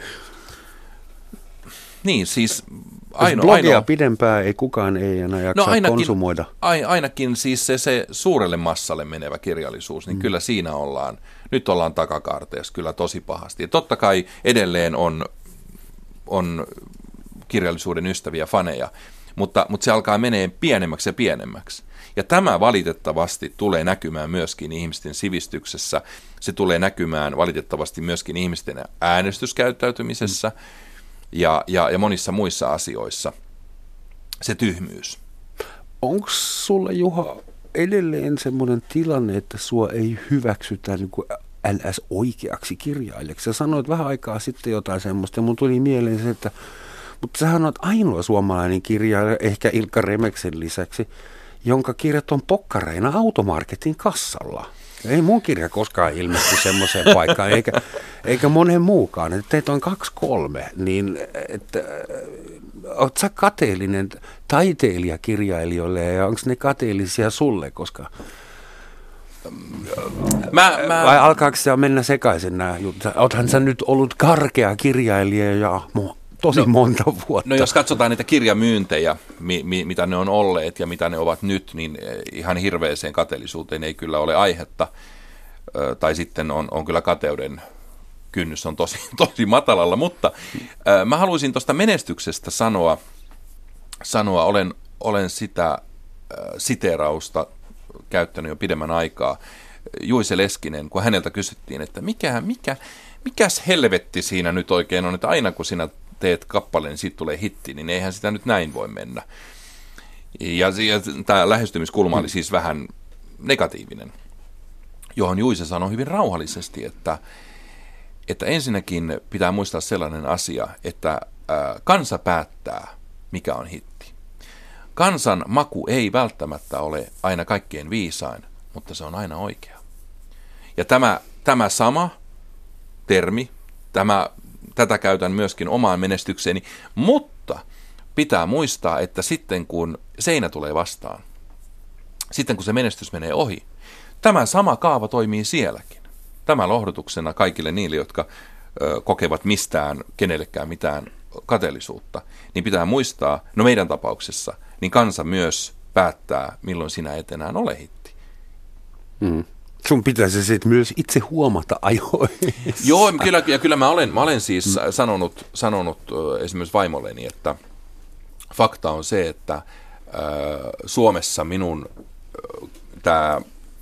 Niin, siis blogia pidempään kukaan ei enää jaksa konsumoida. Ainakin siis se suurelle massalle menevä kirjallisuus, niin kyllä siinä nyt ollaan takakaarteessa kyllä tosi pahasti. Ja totta kai edelleen on kirjallisuuden ystäviä, faneja, mutta se alkaa menee pienemmäksi ja pienemmäksi. Ja tämä valitettavasti tulee näkymään myöskin ihmisten sivistyksessä. Se tulee näkymään valitettavasti myöskin ihmisten äänestyskäyttäytymisessä ja monissa muissa asioissa. Se tyhmyys. Onko sulla, Juha, edelleen semmoinen tilanne, että sua ei hyväksytä niin kuin LS oikeaksi kirjailijaksi? Sä sanoit vähän aikaa sitten jotain semmoista, ja mun tuli mieleen se, että mutta sähän olet ainoa suomalainen kirjailija, ehkä Ilkka Remeksen lisäksi, jonka kirjat on pokkareina Automarketin kassalla. Ei mun kirja koskaan ilmesty semmoiseen paikkaan, eikä monen muukaan. Että teitä on 2-3, niin oot sä kateellinen taiteilijakirjailijoille, ja onko ne kateellisia sulle, koska vai alkaako se mennä sekaisin nämä jutut? Oothan sä nyt ollut karkea kirjailija ja tosi monta vuotta. No jos katsotaan niitä kirjamyyntejä, mitä ne on olleet ja mitä ne ovat nyt, niin ihan hirveäseen kateellisuuteen ei kyllä ole aihetta. Tai sitten on kyllä kateuden kynnys on tosi matalalla. Mutta mä haluaisin tuosta menestyksestä sanoa olen sitä siteerausta käyttänyt jo pidemmän aikaa. Juise Leskinen, kun häneltä kysyttiin, että mikäs helvetti siinä nyt oikein on, että aina kun sinä teet kappaleen, niin siitä tulee hitti, niin eihän sitä nyt näin voi mennä. Ja tämä lähestymiskulma oli siis vähän negatiivinen, johon Juise sanoi hyvin rauhallisesti, että ensinnäkin pitää muistaa sellainen asia, että kansa päättää, mikä on hitti. Kansan maku ei välttämättä ole aina kaikkein viisain, mutta se on aina oikea. Ja tämä sama termi, tätä käytän myöskin omaan menestykseeni, mutta pitää muistaa, että sitten kun seinä tulee vastaan, sitten kun se menestys menee ohi, tämä sama kaava toimii sielläkin. Tämä lohdutuksena kaikille niille, jotka kokevat mistään kenellekään mitään kateellisuutta, niin pitää muistaa, no meidän tapauksessa, niin kansa myös päättää, milloin sinä et enää ole hitti. Sun pitäisi sitten myös itse huomata ajoissa. Joo, kyllä mä olen siis sanonut esimerkiksi vaimolleni, että fakta on se, että Suomessa minun tämä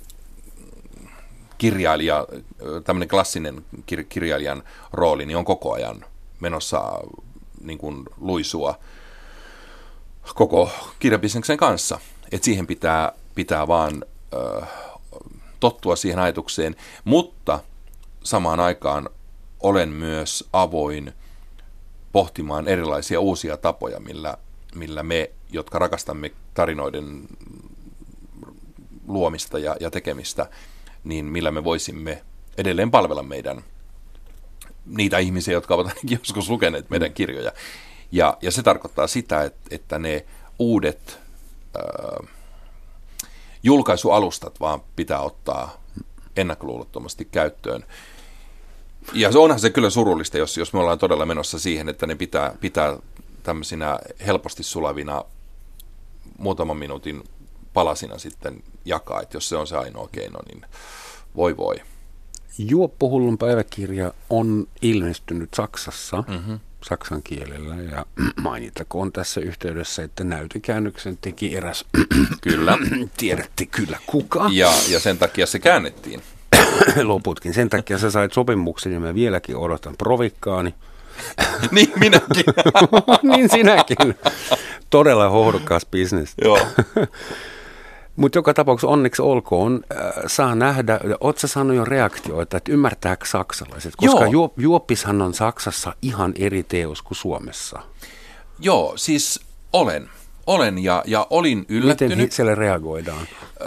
kirjailija, tämmöinen klassinen kirjailijan rooli, niin on koko ajan menossa niin kuin luisua koko kirjabisneksen kanssa. Et siihen pitää vaan tottua siihen ajatukseen, mutta samaan aikaan olen myös avoin pohtimaan erilaisia uusia tapoja, millä me, jotka rakastamme tarinoiden luomista ja tekemistä, niin millä me voisimme edelleen palvella niitä ihmisiä, jotka ovat ainakin joskus lukeneet meidän kirjoja. Ja se tarkoittaa sitä, että ne uudet julkaisualustat vaan pitää ottaa ennakkoluulottomasti käyttöön. Ja onhan se kyllä surullista, jos me ollaan todella menossa siihen, että ne pitää tämmöisinä helposti sulavina muutaman minuutin palasina sitten jakaa, että jos se on se ainoa keino, niin voi. Juoppohullun päiväkirja on ilmestynyt Saksassa, saksan kielellä, ja mainittakoon tässä yhteydessä, että näytökäännöksen teki eräs, kyllä, tiedätte kyllä kuka. Ja sen takia se käännettiin. Loputkin. Sen takia sä sait sopimuksen, ja mä vieläkin odotan provikkaani. Niin minäkin. Niin sinäkin. Todella hohdokas bisnes. Joo. Mutta joka tapauksessa onneksi olkoon, saa nähdä, ootko sä saanut jo reaktioita, että ymmärtääkö saksalaiset? Koska juoppishan on Saksassa ihan eri teos kuin Suomessa. Joo, siis olen ja olin yllättynyt. Miten siellä reagoidaan?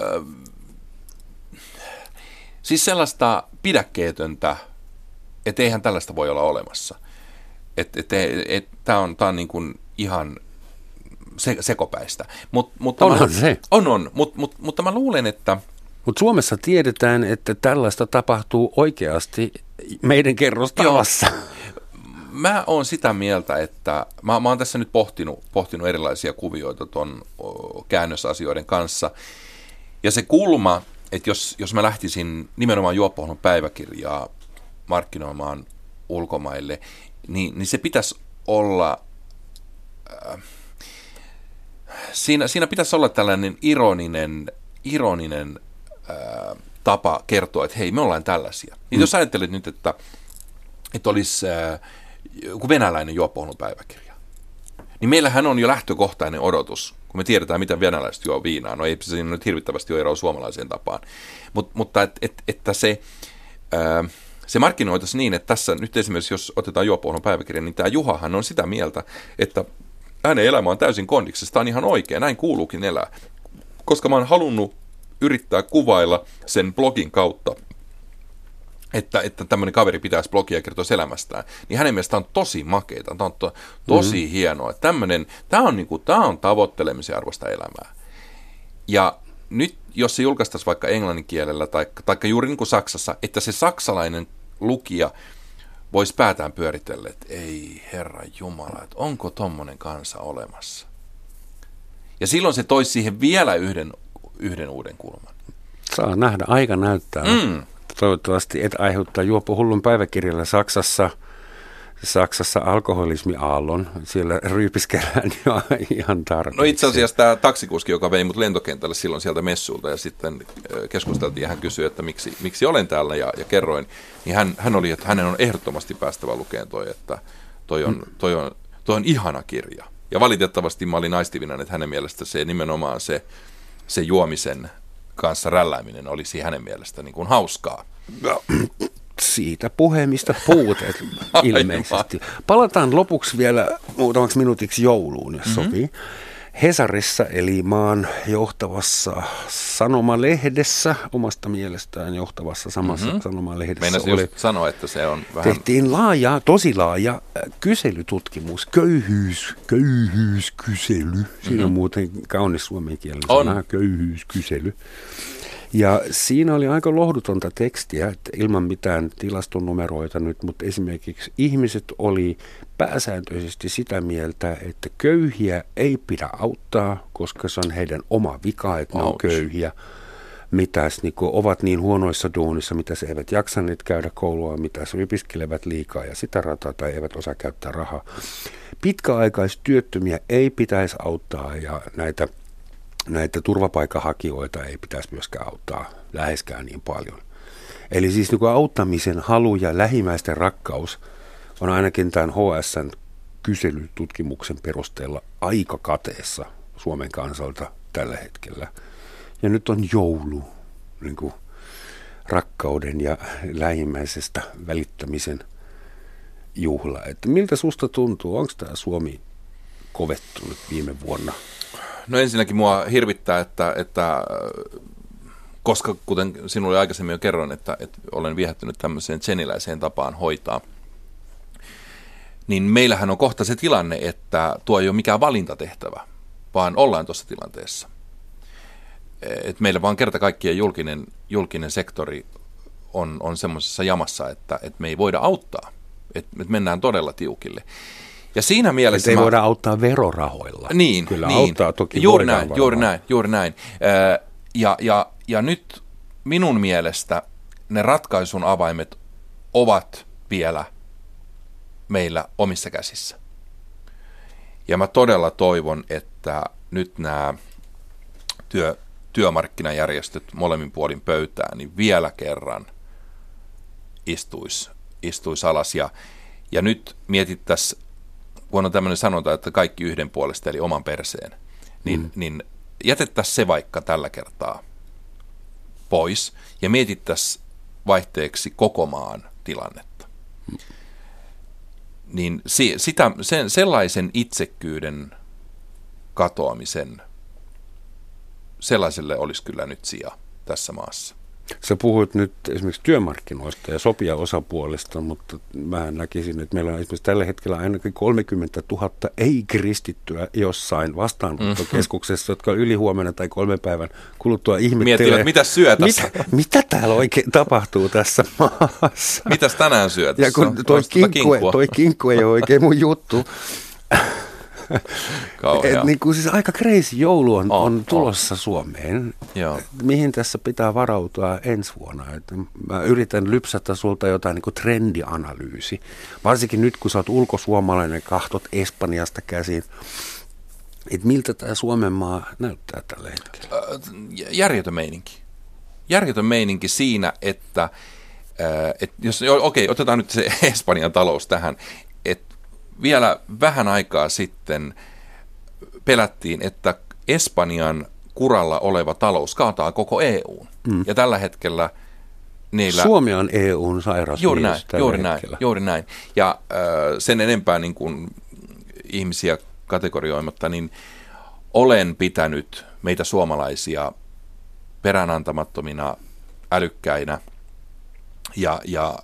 Siis sellaista pidäkkeetöntä, että eihän tällaista voi olla olemassa. Tämä on niin kuin ihan sekopäistä. Onhan se. On. Mutta mä luulen, että... Mutta Suomessa tiedetään, että tällaista tapahtuu oikeasti meidän kerrostavassa. Mä oon sitä mieltä, että mä oon tässä nyt pohtinut erilaisia kuvioita ton käännösasioiden kanssa. Ja se kulma, että jos mä lähtisin nimenomaan Juoppohullun päiväkirjaa markkinoimaan ulkomaille, niin se pitäisi olla... Siinä pitäisi olla tällainen ironinen tapa kertoa, että hei, me ollaan tällaisia. Niin jos ajattelet nyt, että olisi joku venäläinen Juoppohullun päiväkirja, niin meillähän on jo lähtökohtainen odotus, kun me tiedetään, mitä venäläiset juo viinaa. No ei siinä nyt hirvittävästi ole eroa suomalaiseen tapaan. Mutta että se markkinoitaisi niin, että tässä nyt esimerkiksi, jos otetaan Juoppohullun päiväkirja, niin tämä Juhahan on sitä mieltä, että hänen elämä on täysin kondiksessa. Tämä on ihan oikein, näin kuuluukin elää. Koska mä oon halunnut yrittää kuvailla sen blogin kautta, että tämmöinen kaveri pitäisi blogia ja kertoa elämästään, niin hänen mielestään on tosi makeita, tämä on tosi hienoa. Tämä on tavoittelemisen arvoista elämää. Ja nyt, jos se julkaistaisiin vaikka englannin kielellä tai juuri niin kuin Saksassa, että se saksalainen lukija voisi päätään pyöritellä, että ei herra jumala, että onko tommonen kansa olemassa. Ja silloin se toisi siihen vielä yhden uuden kulman. Saa nähdä, aika näyttää. Toivottavasti et aiheuttaa Juoppohullun päiväkirjalla Saksassa alkoholismiaallon. Siellä ryypiskellään jo ihan tarpeeksi. No itse asiassa tämä taksikuski, joka vei mut lentokentälle silloin sieltä messulta ja sitten keskusteltiin ja hän kysyi, että miksi olen täällä ja kerroin. Niin hän oli, että hänen on ehdottomasti päästävä lukeen toi, että toi on tuo on ihana kirja. Ja valitettavasti mä olin aistivinen, että hänen mielestä se nimenomaan se juomisen kanssa rällääminen olisi hänen mielestä niin kuin hauskaa. Siitä puhemista puuteet ilmeisesti. Palataan lopuksi vielä muutamaksi minuutiksi jouluun, jos sopii. Hesarissa, eli maan johtavassa sanomalehdessä, omasta mielestään johtavassa samassa sanomalehdessä. Meinasin just sanoa, että se on vähän... Tehtiin tosi laaja kyselytutkimus, köyhyyskysely. Siinä on muuten kaunis suomenkielinen sana, köyhyyskysely. Ja siinä oli aika lohdutonta tekstiä, että ilman mitään tilastonumeroita nyt, mutta esimerkiksi ihmiset oli pääsääntöisesti sitä mieltä, että köyhiä ei pidä auttaa, koska se on heidän oma vika, että ne on köyhiä. Mitäs niin ovat niin huonoissa duunissa, mitä se eivät jaksaneet käydä koulua, mitä se opiskelevät liikaa ja sitä rataa tai eivät osaa käyttää rahaa. Pitkäaikaistyöttömiä ei pitäisi auttaa ja näitä turvapaikanhakijoita ei pitäisi myöskään auttaa läheskään niin paljon. Eli siis niin kuin auttamisen halu ja lähimmäisten rakkaus on ainakin tämän HS:n kyselytutkimuksen perusteella aika kateessa Suomen kansalta tällä hetkellä. Ja nyt on joulu, niin kuin rakkauden ja lähimmäisestä välittämisen juhla. Että miltä susta tuntuu? Onko tämä Suomi kovettunut viime vuonna? No ensinnäkin mua hirvittää, että koska kuten sinulle aikaisemmin jo kerroin, että olen viehättynyt tämmöiseen tseniläiseen tapaan hoitaa, niin meillähän on kohta se tilanne, että tuo ei ole mikään valintatehtävä, vaan ollaan tuossa tilanteessa. Et meillä vaan kerta kaikkiaan julkinen sektori on semmoisessa jamassa, että me ei voida auttaa, että mennään todella tiukille. Ja siinä mielessä ei voida auttaa verorahoilla. Niin, kyllä niin. Auttaa toki juuri näin. Ja nyt minun mielestä ne ratkaisun avaimet ovat vielä meillä omissa käsissä. Ja mä todella toivon, että nyt nämä työmarkkinajärjestöt molemmin puolin pöytää, niin vielä kerran istuisi alas. Ja nyt mietittäisiin, kun on tämmöinen sanonta, että kaikki yhden puolesta, eli oman perseen, niin jätettäisiin se vaikka tällä kertaa pois ja mietittäisiin vaihteeksi koko maan tilannetta. Niin sellaisen itsekkyyden katoamisen, sellaiselle olisi kyllä nyt sija tässä maassa. Sä puhuit nyt esimerkiksi työmarkkinoista ja sopijaosapuolesta, mutta mä näkisin, että meillä on esimerkiksi tällä hetkellä ainakin 30 000 ei-kristittyä jossain vastaanottokeskuksessa, jotka ylihuomenna tai 3 päivän kuluttua ihmettelee. Miettivät, mitä syö tässä? Mitä täällä oikein tapahtuu tässä maassa? Mitäs tänään syöt? Ja kun toi kinkku ei ole oikein mun juttu. Niin kuin siis aika crazy joulu on tulossa Suomeen. Joo. Mihin tässä pitää varautua ensi vuonna? Että mä yritän lypsätä sulta jotain niin kuin trendianalyysi. Varsinkin nyt, kun sä oot ulkosuomalainen, kahtot Espanjasta käsin. Että miltä tämä Suomen maa näyttää tällä hetkellä? Järjetön meininki siinä, että jos, otetaan nyt se Espanjan talous tähän, että vielä vähän aikaa sitten pelättiin, että Espanjan kuralla oleva talous kaataa koko EUn. Ja tällä hetkellä niillä... Suomi on EUn sairasmies juuri näin. Ja sen enempää niin kuin ihmisiä kategorioimatta, niin olen pitänyt meitä suomalaisia peräänantamattomina, älykkäinä ja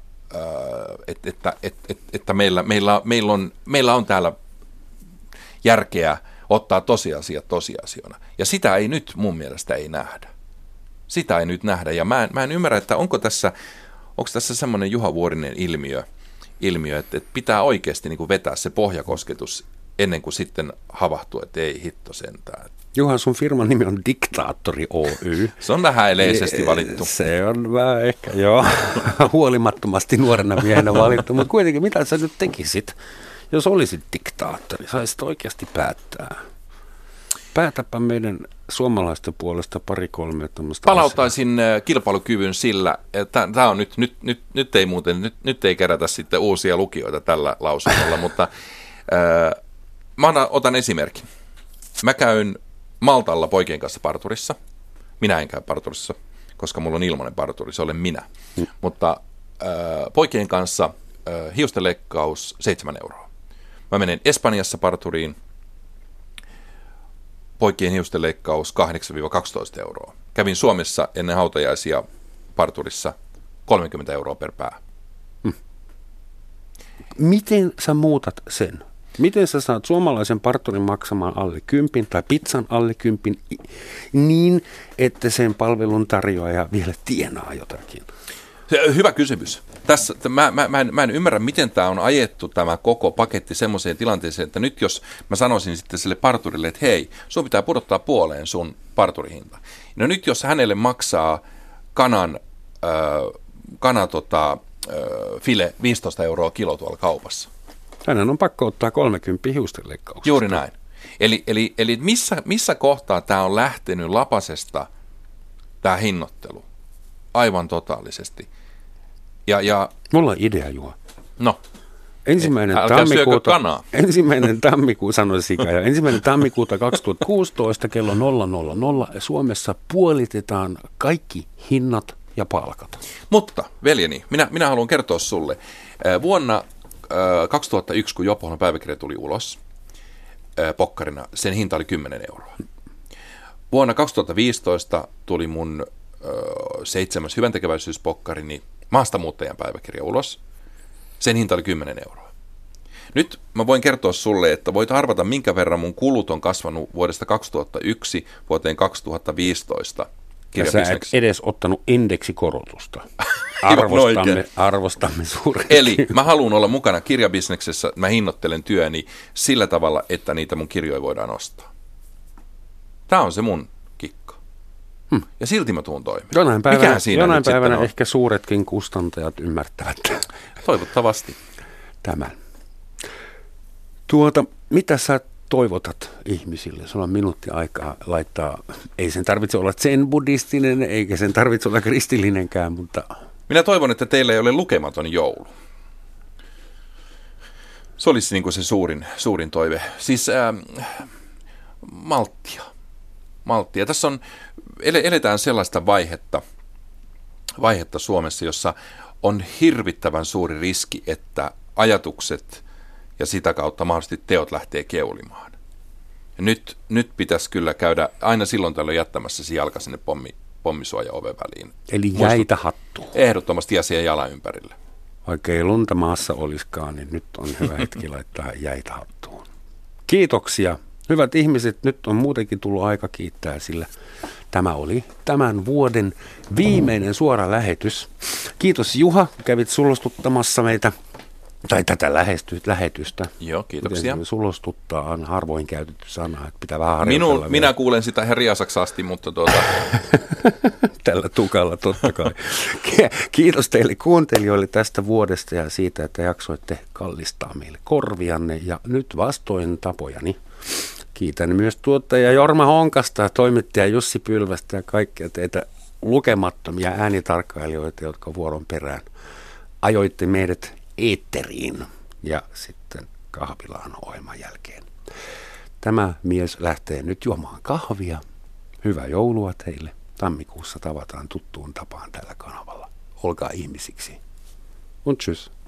että meillä on täällä järkeä ottaa tosiasiat tosiasiona. Ja sitä ei nyt mun mielestä nähdä. Sitä ei nyt nähdä. Ja mä en ymmärrä, että onko tässä semmoinen Juha Vuorinen ilmiö, että pitää oikeasti niin kuin vetää se pohjakosketus ennen kuin sitten havahtuu, että ei hitto sentään. Juha, sun firman nimi on Diktaattori Oy. Se on vähän eleisesti valittu. Se on vähän ehkä, joo, huolimattomasti nuorena miehenä valittu, mutta kuitenkin mitä sä nyt tekisit, jos olisit diktaattori, saisit oikeasti päättää. Päätäpä meidän suomalaisten puolesta 2-3 tämmöistä palauttaisin kilpailukyvyn sillä, että tämä on nyt ei kerätä sitten uusia lukijoita tällä lausunnolla, mutta otan esimerkin. Mä käyn Maltalla poikien kanssa parturissa. Minä en käy parturissa, koska mulla on ilmainen parturi, se olen minä. Mutta poikien kanssa hiustenleikkaus 7 euroa. Mä menen Espanjassa parturiin, poikien hiustenleikkaus 8-12 euroa. Kävin Suomessa ennen hautajaisia parturissa 30 euroa per pää. Miten sä muutat sen? Miten sä saat suomalaisen parturin maksamaan alle 10 tai pizzan alle 10 niin, että sen palvelun tarjoaja vielä tienaa jotakin? Hyvä kysymys. Tässä, mä en ymmärrä, miten tämä on ajettu tämä koko paketti semmoiseen tilanteeseen, että nyt jos mä sanoisin sitten sille parturille, että hei, sun pitää pudottaa puoleen sun parturihinta. No nyt jos hänelle maksaa file 15 euroa kilo tuolla kaupassa. Hänen on pakko ottaa 30 hiustenleikkauksesta. Juuri näin. Eli missä kohtaa tämä on lähtenyt lapasesta, tämä hinnoittelu? Aivan totaalisesti. Mulla on idea, Juha. No. Ensimmäinen tammikuuta 2016 kello 000 Suomessa puolitetaan kaikki hinnat ja palkat. Mutta, veljeni, minä haluan kertoa sulle. Vuonna 2001, kun Jopohon päiväkirja tuli ulos pokkarina, sen hinta oli 10 euroa. Vuonna 2015 tuli mun 7. hyväntekeväisyyspokkari, maastamuuttajan päiväkirja ulos. Sen hinta oli 10 euroa. Nyt mä voin kertoa sulle, että voit arvata, minkä verran mun kulut on kasvanut vuodesta 2001 vuoteen 2015. Ja sä et edes ottanut indeksikorotusta. Arvostamme suuresti. Eli mä haluan olla mukana kirjabisneksessä, mä hinnoittelen työni sillä tavalla, että niitä mun kirjoja voidaan ostaa. Tää on se mun kikka. Ja silti mä tuun toimimaan. Jonain päivänä ehkä suuretkin kustantajat ymmärtävät. Toivottavasti. Tämän. Mitä sä toivotat ihmisille? Sulla on minuutti aikaa laittaa. Ei sen tarvitse olla zen-buddhistinen, eikä sen tarvitse olla kristillinenkään, mutta... Minä toivon, että teillä ei ole lukematon joulu. Se olisi niin kuin se suurin toive. Siis malttia. Tässä on, eletään sellaista vaihetta Suomessa, jossa on hirvittävän suuri riski, että ajatukset ja sitä kautta mahdollisesti teot lähtee keulimaan. Ja nyt pitäisi kyllä käydä aina silloin tällöin jättämässä se jalka sinne pommisuoja oven väliin. Eli jäitä hattuun. Ehdottomasti asia jalan ympärille. Vaikka ei lunta maassa olisikaan, niin nyt on hyvä hetki laittaa jäitä hattuun. Kiitoksia. Hyvät ihmiset, nyt on muutenkin tullut aika kiittää, sillä tämä oli tämän vuoden viimeinen suora lähetys. Kiitos Juha, kävit sulostuttamassa meitä, tai tätä lähetystä. Joo, kiitoksia. Sulostuttaa on harvoin käytetty sana, että pitää vähän harjoitella. Minä kuulen sitä ihan riasaksi asti, mutta Tällä tukalla totta kai. Kiitos teille kuuntelijoille tästä vuodesta ja siitä, että jaksoitte kallistaa meille korvianne. Ja nyt vastoin tapojani kiitän myös tuottaja Jorma Honkasta, toimittaja Jussi Pylvästä ja kaikkia teitä lukemattomia äänitarkkailijoita, jotka vuoron perään ajoitte meidät eetteriin ja sitten kahvilaan ohjelman jälkeen. Tämä mies lähtee nyt juomaan kahvia. Hyvää joulua teille. Tammikuussa tavataan tuttuun tapaan tällä kanavalla. Olkaa ihmisiksi. Und tschüss.